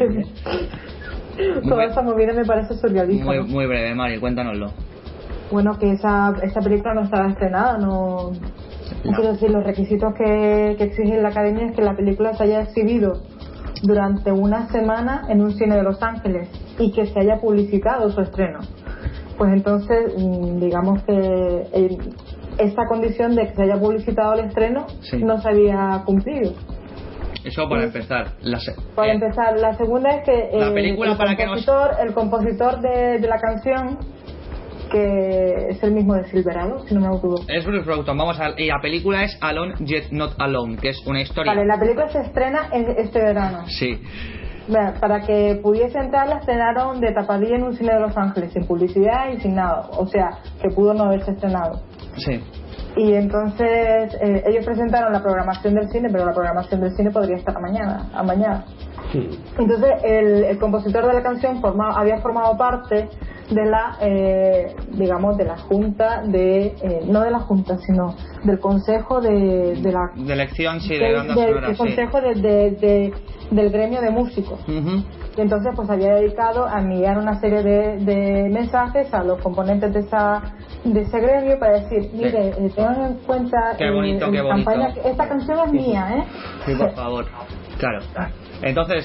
Toda esta movida me parece surrealista. Muy breve, Mari, cuéntanoslo. Bueno, que esa película no estaba estrenada, no. Quiero decir, los requisitos que exige la academia es que la película se haya exhibido durante una semana en un cine de Los Ángeles y que se haya publicitado su estreno. Pues entonces, digamos que esta condición de que se haya publicitado el estreno no se había cumplido. Eso para empezar. Para empezar, la segunda es que la película el compositor de la canción, que es el mismo de Silverado, si no me equivoco. Es Bruce Broughton, y la película es Alone Yet Not Alone, que es una historia. Vale, la película se estrena este verano. Sí. Para que pudiese entrar, la estrenaron de tapadilla en un cine de Los Ángeles, sin publicidad y sin nada. O sea, que pudo no haberse estrenado. Sí. Y entonces ellos presentaron la programación del cine, pero la programación del cine podría estar a mañana. Sí. Entonces el compositor de la canción había formado parte de la digamos de la junta no de la junta sino del consejo de elección de banda sonora, del consejo del gremio de músicos. Y entonces pues había dedicado a enviar una serie de mensajes a los componentes de ese gremio para decir, mire, tengan en cuenta qué bonito. campaña, esta canción es mía, sí, por favor. Claro. Entonces,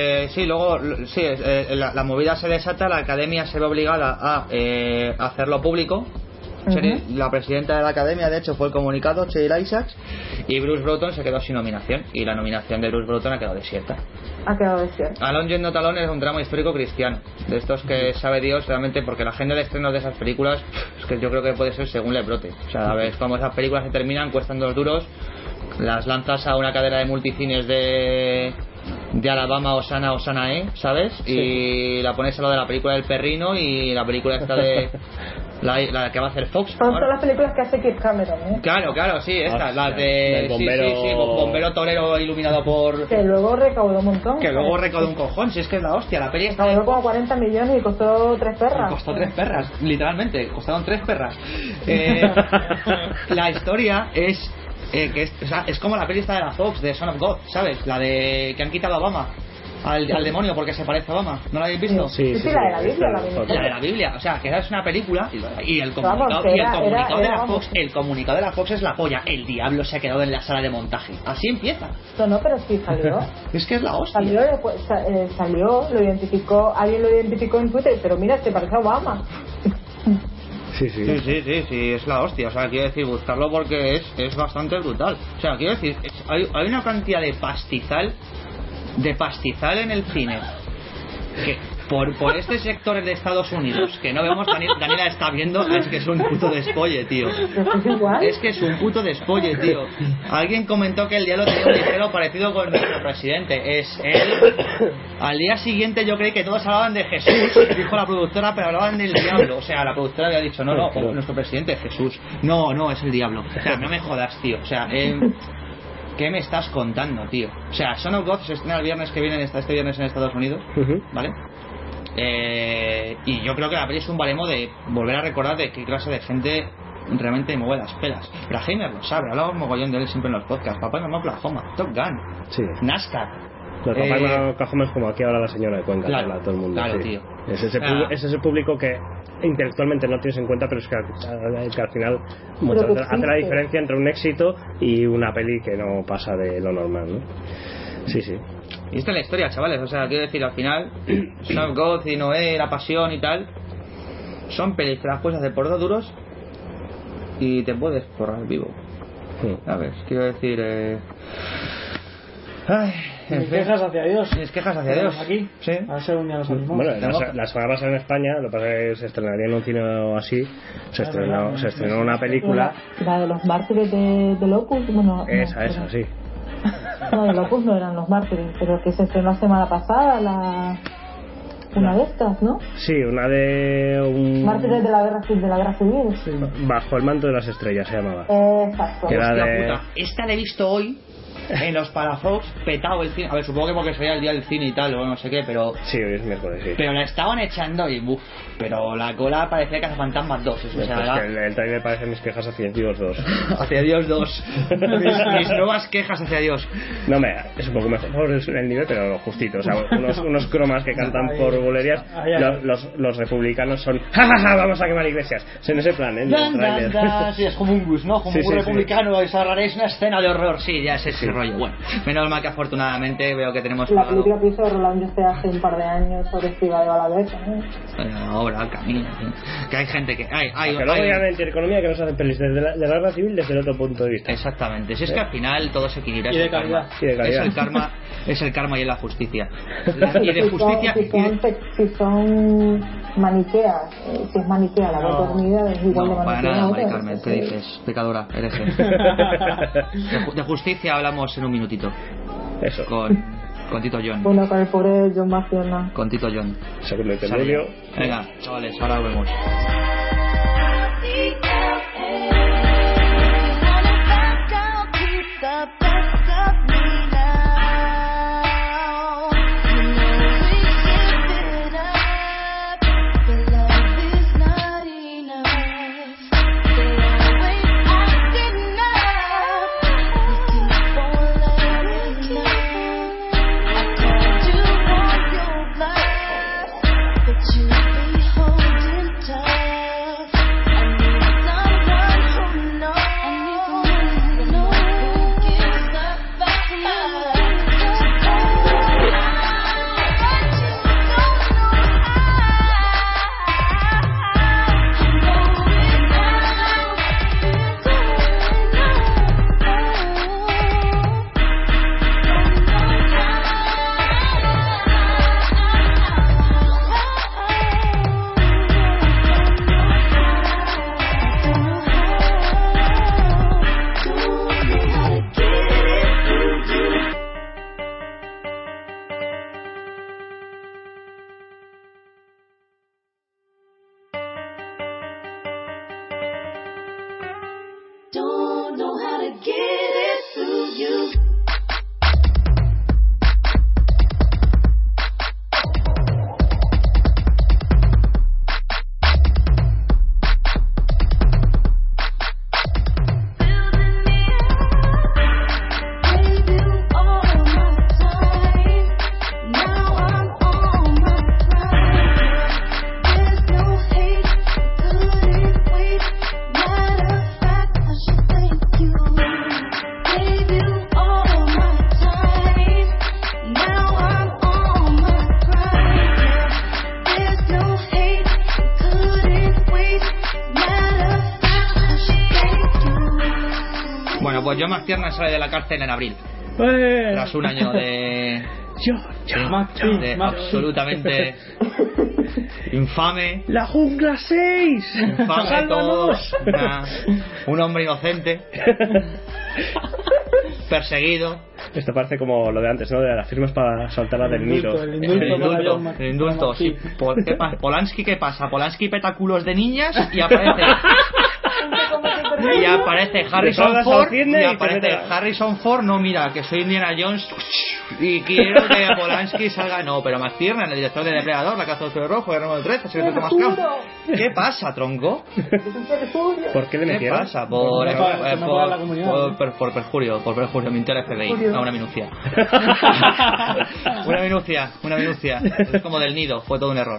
la movida se desata, la academia se ve obligada a hacerlo público. La presidenta de la academia, de hecho, fue el comunicado, Cheryl Isaacs, y Bruce Broughton se quedó sin nominación, y la nominación de Bruce Broughton ha quedado desierta. Alone Yet Not Alone es un drama histórico cristiano, de estos que sabe Dios realmente, porque la agenda de estrenos de esas películas es que yo creo que puede ser según le brote. O sea, a ver, como esas películas se terminan, cuestan 2 duros, las lanzas a una cadena de multicines de Alabama, Osana, ¿sabes? Sí. Y la pones a lo de la película del perrino y la película esta de la que va a hacer Fox. Son todas las películas que hace Kirk Cameron, Claro, sí, estas, las de bombero torero iluminado por... Que luego recaudó un montón. Que luego recaudó un cojón, si es que es la hostia, la peli recaudó como 40 millones y costó 3 perras. Costó 3 perras, literalmente, costaron 3 perras. La historia es... es como la peli esta de la Fox, de Son of God, ¿sabes? La de que han quitado a Obama al demonio porque se parece a Obama. ¿No la habéis visto? Sí, la de la Biblia. La de la Biblia, o sea, que es una película y el comunicado de la Fox es la polla. El diablo se ha quedado en la sala de montaje. Así empieza. No, pero sí salió. Es que es la hostia. Salió, lo identificó, alguien lo identificó en Twitter, pero mira, se parece a Obama. Sí, es la hostia. O sea, quiero decir, buscarlo porque es bastante brutal. O sea, quiero decir, hay una cantidad de pastizal en el cine que por este sector de Estados Unidos que no vemos. Daniela está viendo, es que es un puto despolle, tío. Es que es un puto despolle, tío. Alguien comentó que el diablo tenía un ligero parecido con nuestro presidente. Es él. Al día siguiente yo creí que todos hablaban de Jesús, dijo la productora, pero hablaban del diablo. O sea, la productora había dicho, no, nuestro presidente es Jesús. No, es el diablo. O sea, no me jodas, tío. O sea, ¿qué me estás contando, tío? O sea, Son of God se estrena el viernes que viene, este viernes en Estados Unidos, ¿vale? Y yo creo que la peli es un baremo de volver a recordar de qué clase de gente realmente me mueve las pelas. Pero Heimer lo sabe, hablamos mogollón de él siempre en los podcasts. Papá no Oklahoma, Top Gun, sí. NASCAR. Los papás no Oklahoma es como aquí ahora la señora de Cuenca, claro, todo el mundo. Claro, sí. tío. Es ese público que intelectualmente no tienes en cuenta, pero es que al final hace la diferencia entre un éxito y una peli que no pasa de lo normal, ¿no? Sí. Y esta es la historia, chavales. O sea, quiero decir, al final, Son of God y Noé, La Pasión y tal, son pelis que las puedes hacer por 2 duros y te puedes forrar vivo. ¿Sabes? Quiero decir, Mis quejas hacia Dios. Mis quejas hacia Dios. Aquí, sí. A ver si algún día los animamos. Bueno, la semana pasada en España, lo que pasa es que se estrenaría en un cine así. Se estrenó una película. La de los mártires de Locus. Bueno, esa, sí. No, de Locus no eran los mártires, pero que se estrenó la semana pasada. Una de estas, ¿no? Sí, una de Mártires de la guerra civil. Sí. Bajo el manto de las estrellas se llamaba. Exacto. Hostia puta. Esta la he visto hoy en los Palafox, petado el cine. A ver, supongo que porque sería el día del cine y tal, o no sé qué, pero. Sí, hoy es miércoles, sí. Pero la estaban echando y buf. Pero la cola parecía Cazafantasmas 2. Eso, pues el trailer parece mis quejas hacia Dios 2. Hacia Dios 2. mis nuevas quejas hacia Dios. No, es un poco mejor el nivel, pero justito. O sea, unos cromas que cantan por bulerías. Los republicanos son. ¡Ja, ja, ja! Vamos a quemar iglesias. Es en ese plan, ¿eh? Sí, es como un Gus, ¿no? Como un republicano. Es una escena de horror. Sí, ya sé ese rollo. Bueno, menos mal que afortunadamente veo que tenemos. La película que hizo Roland Juste hace un par de años sobre Estiva de Balaguer, ¿no? Ahora, camino. Que hay gente que. Que luego ya en economía que nos hacen pelis de la guerra civil desde el otro punto de vista. Exactamente. Si es que al final todo se equilibra. Y de calidad. Es el karma y es la justicia. Y de justicia. Si son maniqueas, si es maniquea la voz dormida, es igual de maniquea. Para nada, Mari Carmen, ¿qué dices? Pecadora, hereje. De justicia hablamos en un minutito. Eso. Con Tito John. Bueno, con el pobre John Macierna. Con Tito John. Segundo intermedio. Venga, chavales, ahora vemos. Pues John McTiernan sale de la cárcel en abril. Tras un año de absolutamente infame. ¡La jungla 6! Infame todos. Un hombre inocente. Perseguido. Esto parece como lo de antes, ¿no? De las firmas para saltar del Nilo. El indulto, sí. Polanski, ¿qué pasa? Polanski peta culos de niñas y aparece Harrison Ford. Harrison Ford, no, mira, que soy Indiana Jones. Y quiero que Polanski salga... No, pero McTiernan, el director de Depredador, La caza del octubre rojo, Guerra del 13, Secreto más Clown. ¿Qué pasa, tronco? ¿Por qué le metieron? ¿Qué pasa? Por perjurio. Por perjurio. Mintió el FBI. A una minucia. Una minucia. Es como del nido. Fue todo un error.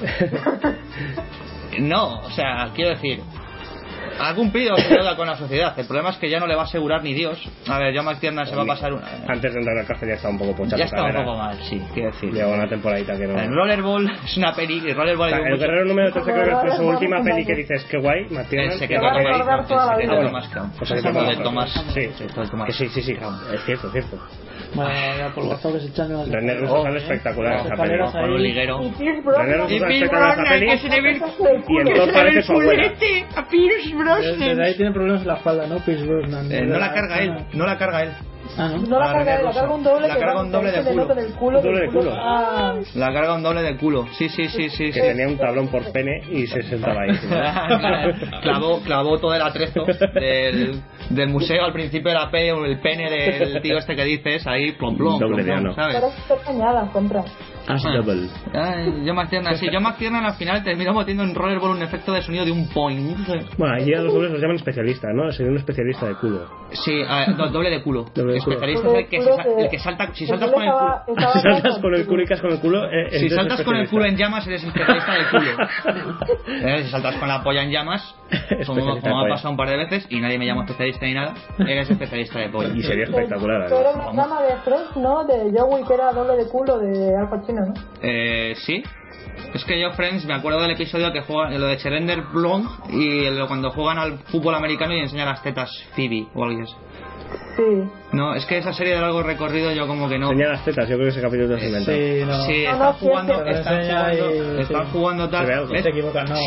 No, o sea, quiero decir... Ha cumplido su deuda con la sociedad. El problema es que ya no le va a asegurar ni Dios. A ver, John McTiernan se va a pasar una... Antes de entrar al café ya estaba un poco pochado. Ya estaba un poco mal, sí, quiero decir. Lleva una temporadita que no... El Rollerball es una peli. El Rollerball el Guerrero número 13 creo que fue su última peli que dices que guay, McTiernan. El secreto de Thomas Crown. El secreto de Thomas. Sí. Es cierto. Bueno, ya por lo que se echan las... René Russo sale espectacular esa peli. Con un liguero. René Russo sale espectacular esa peli. Y entonces parece su abuela. A Pierce Brosnan. Desde ahí tiene problemas en la espalda, ¿no? Pierce Brosnan. No la carga él. No la carga él, la carga un doble. La carga un doble de culo. Doble de culo. La carga un doble de culo. Sí. Que tenía un tablón por pene y se sentaba ahí. Clavó todo el atrezo del museo al principio de la P, el pene del tío este que dices ahí, plom, doble de ano. Pero es cañada, compra. Double. John McTiernan al final terminó metiendo en Rollerball un efecto de sonido de un point. Bueno, allí a los dobles los llaman especialistas, ¿no? Sería un especialista de culo. Sí, doble de culo. Especialista es el que salta. Si saltas con el culo. Si saltas con el culo y cas con el culo. Si saltas con el culo en llamas, eres especialista de culo. Si saltas con la polla en llamas, como ha pasado un par de veces y nadie me llama especialista ni nada, eres especialista de polla. Y sería espectacular. Pero era una trama de Friends, ¿no? De Joey, que era doble de culo de Al Pacino, ¿no? Sí. Es que yo, Friends, me acuerdo del episodio que juega lo de Chandler Blonde y cuando juegan al fútbol americano y enseñan las tetas Phoebe o algo así. Sí. No, es que esa serie de largo recorrido yo como que no. Enseña las tetas, yo creo que ese capítulo es inventado. Sí, están jugando tal. ¿Ves? Se equivocan, no.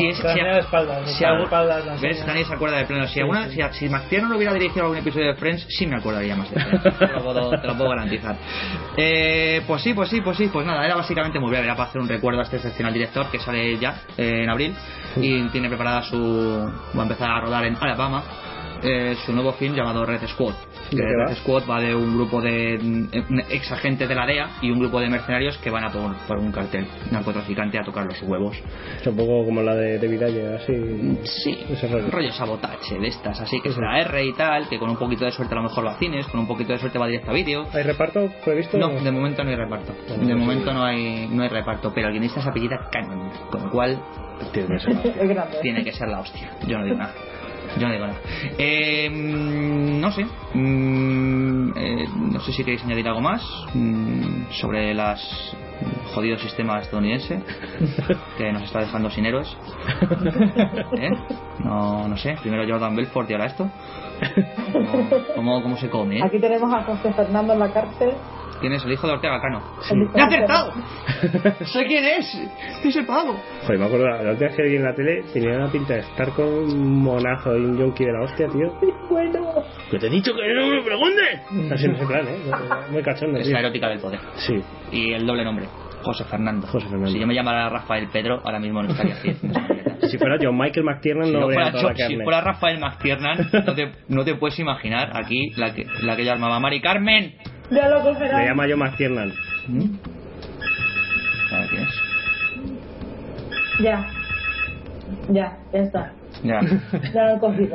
¿Ves? Nadie se acuerda de pleno. Si McTiernan no hubiera dirigido algún episodio de Friends, sí me acordaría más de Friends. Te lo puedo garantizar. Pues nada, era básicamente muy breve. Era para hacer un recuerdo a este excepcional director que sale ya en abril y tiene preparada va a empezar a rodar en Alabama su nuevo film llamado Red Squad. Red Squad va de un grupo de ex agentes de la DEA y un grupo de mercenarios que van a por un cartel narcotraficante a tocar los huevos. Es un poco como la de David Ayer, así. Sí, rollo sabotaje de estas, así que será R y tal, que con un poquito de suerte a lo mejor va a cines, con un poquito de suerte va directo a vídeo. ¿Hay reparto previsto? No, de momento no hay reparto. De momento no hay reparto, pero el guionista se apellida Cannon, con lo cual tiene que ser la hostia. Yo no digo nada. No sé. No sé si queréis añadir algo más sobre los jodidos sistema estadounidense que nos está dejando sin héroes. No sé. Primero Jordan Belfort y ahora esto. ¿Cómo se come? Aquí tenemos a José Fernando en la cárcel. ¿Quién es? El hijo de Ortega Cano. Sí. ¡Me ha acertado! ¡Sé quién es! ¡Ese pavo! Joder, me acuerdo, la última vez que vi en la tele tenía una pinta de estar con un monazo y un yonki de la hostia, tío. Bueno. ¡Que te he dicho que no me lo preguntes! Así no se plan, muy cachondo. Es la erótica del poder. Sí. Y el doble nombre. José Fernando. Si yo me llamara Rafael Pedro, ahora mismo no estaría aquí. Si fuera John Michael McTiernan, si fuera Rafael McTiernan, no te puedes imaginar aquí la que llamaba Mari Carmen. Ya lo cogerá. Me llama yo McTiernan. ¿Sabes quién es? Ya está. Ya lo he cogido.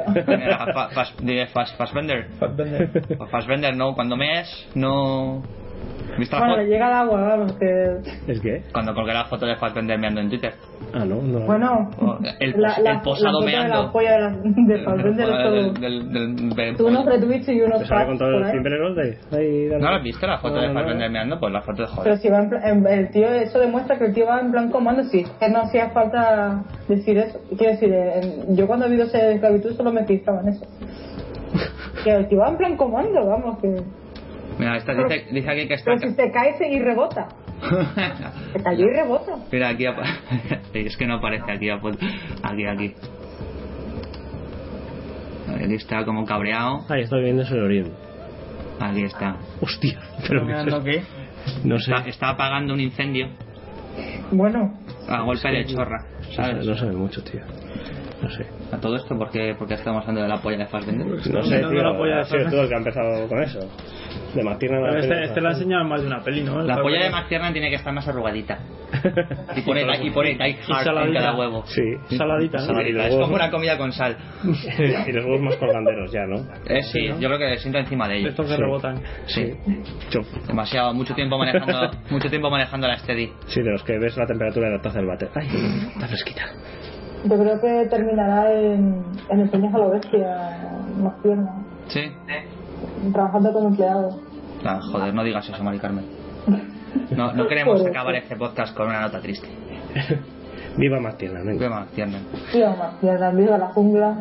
Fassbender, no. Cuando mees, no. Bueno, llega el agua, vamos, que... ¿Es qué? Cuando colgué la foto de Fassbender meando en Twitter. Ah, no. Bueno, el posado meando. La polla de Fassbender es todo. Tú unos retweets y unos tags por ahí. ¿No lo has visto la foto de Fassbender meando? Pues la foto de joder. Pero si va el tío, eso demuestra que el tío va en plan comando. Sí, que no hacía falta decir eso. Quiero decir, yo cuando vi vídeos de esclavitud solo me fijaba en eso. Que el tío va en plan comando, vamos, que... Mira, dice aquí que está... Pero si te caes y rebota. Se cayó y rebota. Mira, aquí es que no aparece aquí. Aquí está como cabreado. Ahí está viendo el oriente. Aquí está. Hostia, pero ¿qué? No sé. Está apagando un incendio. Bueno. A golpe de chorra, ¿sabes? No sabe mucho, tío. No sé. A todo esto, ¿por qué estamos hablando de la polla de Fassbender? No sé, tío, ha sido tú el que ha empezado con eso. De McTiernan. Este lo ha enseñado en más de una peli, ¿no? La polla de McTiernan tiene que estar más arrugadita. Y pone Die Hard en cada huevo. Sí. Saladita, ¿no? Es como una comida con sal. Y los huevos más colganderos ya, ¿no? Sí, yo creo que siento encima de ellos. Estos que rebotan. Sí. Demasiado, mucho tiempo manejando la Steady. Sí, de los que ves la temperatura de la taza del váter. Ay, está fresquita. Yo creo que terminará en el Peñas a la Bestia, McTiernan. Sí. Trabajando como empleado. Ah, joder, no digas eso, Mari Carmen. No queremos acabar este podcast con una nota triste. Viva McTiernan, Viva McTiernan. Viva McTiernan, viva la jungla.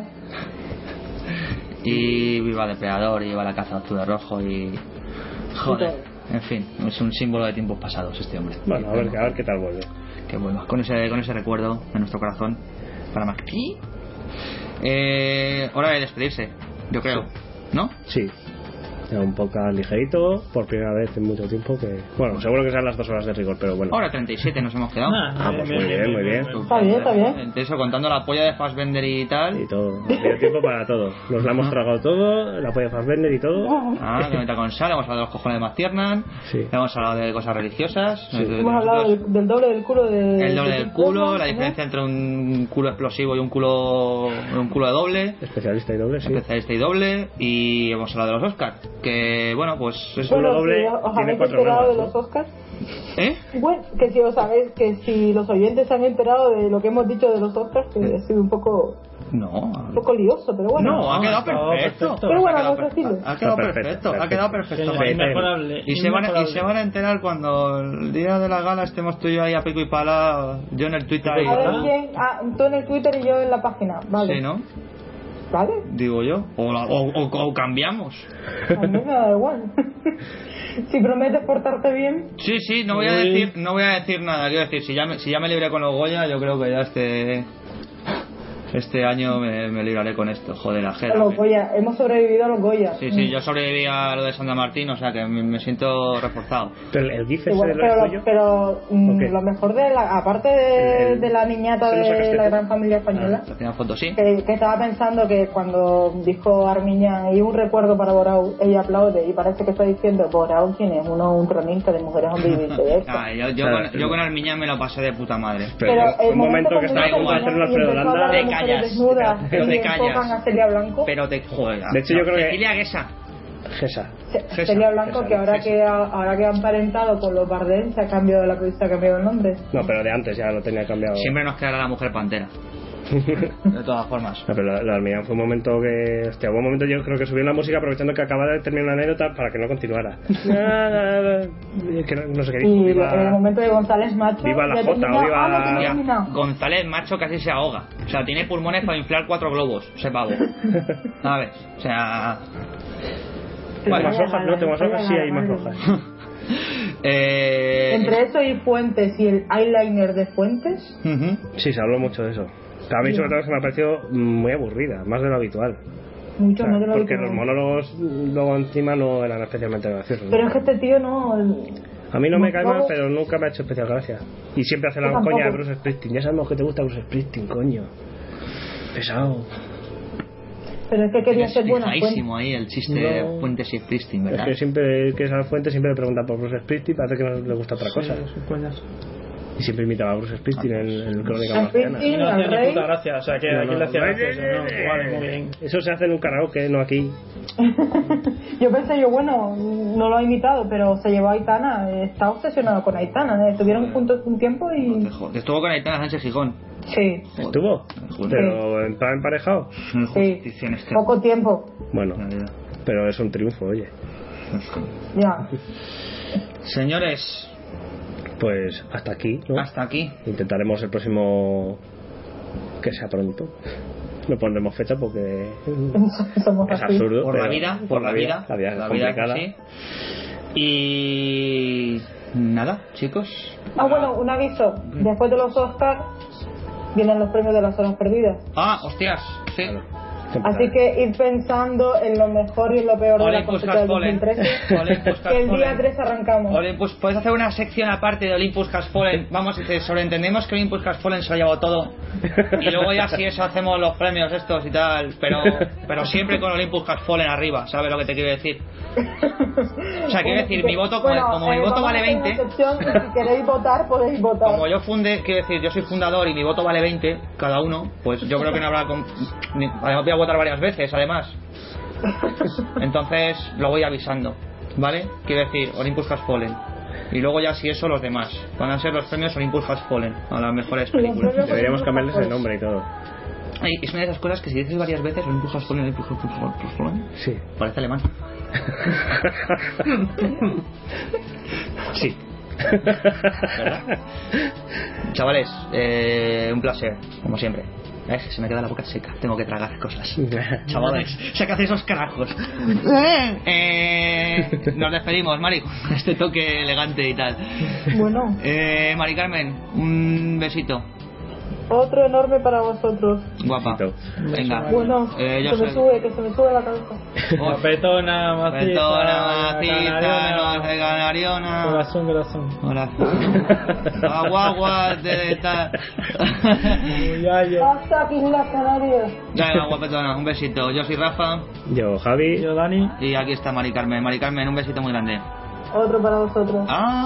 Y viva Depredador, y viva la caza azul de rojo y... Joder, en fin, es un símbolo de tiempos pasados este hombre. Bueno, a ver qué tal vuelve. Que vuelva, con ese recuerdo en nuestro corazón para Macri. Hora de despedirse, yo creo, ¿no? Sí. Un podcast ligerito, por primera vez en mucho tiempo que... Bueno, seguro que sean las 2 horas de rigor, pero bueno. Hora 37 nos hemos quedado. Pues muy bien. Está bien. Eso, contando la polla de Fassbender y tal. Y todo, ha habido tiempo para todo. Nos la hemos tragado todo, la polla de Fassbender y todo. Que meta con sal, hemos hablado de los cojones de McTiernan. Sí. Hemos hablado de cosas religiosas. Sí. Hemos hablado del doble del culo El doble del culo, la diferencia entre un culo explosivo y un culo de doble. Especialista y doble, sí. Especialista y doble. Y hemos hablado de los Oscars. Que bueno, pues es un doble. Si os habéis enterado de los Oscars. Bueno, que si os sabéis, que si los oyentes se han enterado de lo que hemos dicho de los Oscars, que ha sido un poco lioso, pero bueno. No, ha quedado perfecto. Pero bueno, vamos a decirlo. Ha quedado perfecto. Y se van a enterar cuando el día de la gala estemos tú y yo ahí a pico y pala, yo en el Twitter ahí. A ver quién, tú en el Twitter y yo en la página, vale. Sí, ¿no? ¿Vale? Digo yo. O cambiamos. A mí me da igual. Si prometes portarte bien. Sí, no voy a decir nada. Quiero decir, si ya me libré con los Goya, yo creo que ya este año me libraré con esto. Joder, la jera. Los Goya, hemos sobrevivido a los Goya. Sí, yo sobreviví a lo de Sandra Martín, o sea que me siento reforzado. Pero el GIF pero lo mejor aparte de la niñata de la gran familia española, que estaba pensando que cuando dijo Armiñán y un recuerdo para Borao, ella aplaude y parece que está diciendo Borao quién es, un tronista de mujeres vivientes. Yo con Armiñán me lo pasé de puta madre. Pero un momento que está igual hacer una Alfredo Landa te callas. A Celia Blanco. Pero te joder. De hecho, yo creo que Cecilia Gesa. Celia Blanco, que ahora que ha emparentado con los Bardem, se ha cambiado el nombre. No, pero de antes ya lo tenía cambiado. Siempre nos quedará la mujer pantera. De todas formas. No, pero la Armiñán fue un momento que... Hostia, hubo un momento yo creo que subió la música aprovechando que acababa de terminar la anécdota para que no continuara. Que no sé qué dijo. Y en el momento de González Macho... Viva la Jota o viva... González Macho casi se ahoga. O sea, tiene pulmones para inflar 4 globos, ese pavo. ¿Sabes? O sea... Vale. Más hojas, no, tengo más hojas, sí hay más hojas. Entre eso y Fuentes y el eyeliner de Fuentes. Sí, se habló mucho de eso. A mí sobre todo se me ha parecido muy aburrida, más de lo habitual. Mucho más de lo porque habitual. Los monólogos luego encima no eran especialmente graciosos. Pero es que este tío no... A mí no me cae mal, pero nunca me ha hecho especial gracia. Y siempre hace la coña de Bruce Springsteen. Ya sabemos que te gusta Bruce Springsteen, coño. Pesado. Pero es que quería ser buena fuente. Ahí el chiste de Fuentes y Springsteen, ¿verdad? Es que siempre que es a Fuentes siempre le preguntan por Bruce Springsteen, parece que no le gusta otra cosa. Y siempre imitaba a Bruce Springsteen en Crónica Marciana. Y no hacía ni puta gracia, o sea que aquí le hacía gracia. Vale, muy bien. Eso se hace en un karaoke, no aquí. Yo pensé, bueno, no lo ha imitado, pero se llevó a Aitana, está obsesionado con Aitana, estuvieron juntos un tiempo y... Estuvo con Aitana Sánchez Gijón. Sí. ¿Estuvo? Pero ¿estaba emparejado? Sí, poco tiempo. Bueno, pero es un triunfo, oye. Ya. Señores, pues hasta aquí, ¿no? Hasta aquí. Intentaremos el próximo que sea pronto. No pondremos fecha porque es absurdo. Por la vida es complicada. Sí. Y nada, chicos. Bueno, un aviso. Después de los Oscars vienen los premios de las horas perdidas. Hostias, sí. Así que ir pensando en lo mejor y en lo peor de la cosecha del 2013. Que el día 3 arrancamos. Olympus, puedes hacer una sección aparte de Olympus Has Fallen. Vamos, sobreentendemos que Olympus Has Fallen se lo ha llevado todo. Y luego ya si eso hacemos los premios estos y tal. Pero siempre con Olympus Has Fallen arriba, ¿sabes lo que te quiero decir? O sea, quiero decir, mi voto, como mi voto vale 20. Si queréis votar, podéis votar. Como yo quiero decir, yo soy fundador y mi voto vale 20 cada uno, pues yo creo que no habrá. Además voy a votar varias veces, además. Entonces lo voy avisando, ¿vale? Quiero decir, Olympus Has Fallen. Y luego ya si eso, los demás. Van a ser los premios Olympus Has Fallen a las mejores películas. Deberíamos cambiarles el nombre y todo. Es una de esas cosas que si dices varias veces Olympus Has Fallen, Olympus Has Fallen, sí. Parece alemán. Sí. ¿Verdad? Chavales, un placer, como siempre. Se me queda la boca seca, tengo que tragar cosas. Chavales, sacad esos carajos. Nos despedimos, Mari, con este toque elegante y tal. Bueno. Mari Carmen, un besito. Otro enorme para vosotros. Guapa. Venga. Bueno, que se me sube la cabeza. Petona, macita, no sé, canariona. Corazón. Guagua de esta. Hasta aquí las Canarias. Venga, guapetona, un besito. Yo soy Rafa. Yo Javi. Yo Dani. Y aquí está Mari Carmen. Mari Carmen, un besito muy grande. Otro para vosotros.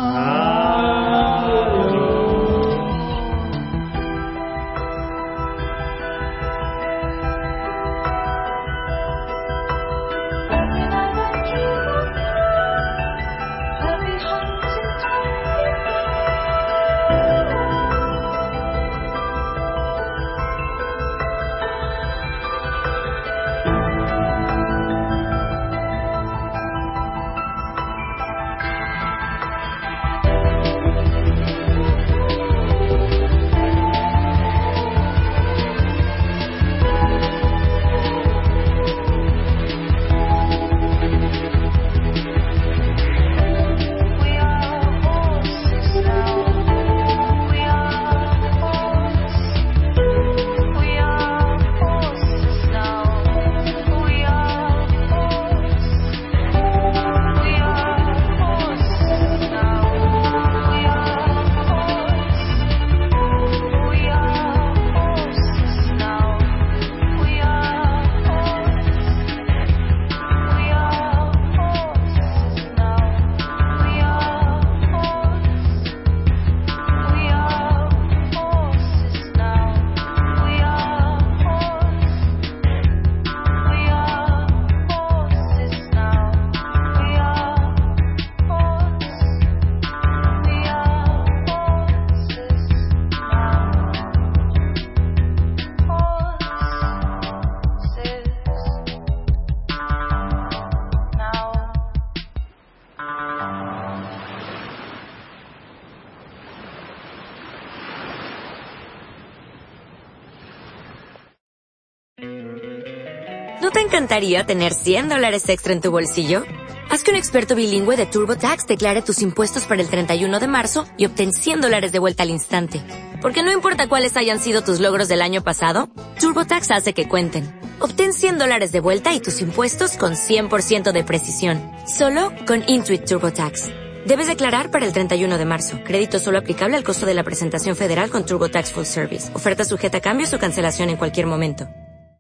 ¿No te encantaría tener $100 extra en tu bolsillo? Haz que un experto bilingüe de TurboTax declare tus impuestos para el 31 de marzo y obtén $100 de vuelta al instante. Porque no importa cuáles hayan sido tus logros del año pasado, TurboTax hace que cuenten. Obtén $100 de vuelta y tus impuestos con 100% de precisión. Solo con Intuit TurboTax. Debes declarar para el 31 de marzo. Crédito solo aplicable al costo de la presentación federal con TurboTax Full Service. Oferta sujeta a cambios o cancelación en cualquier momento.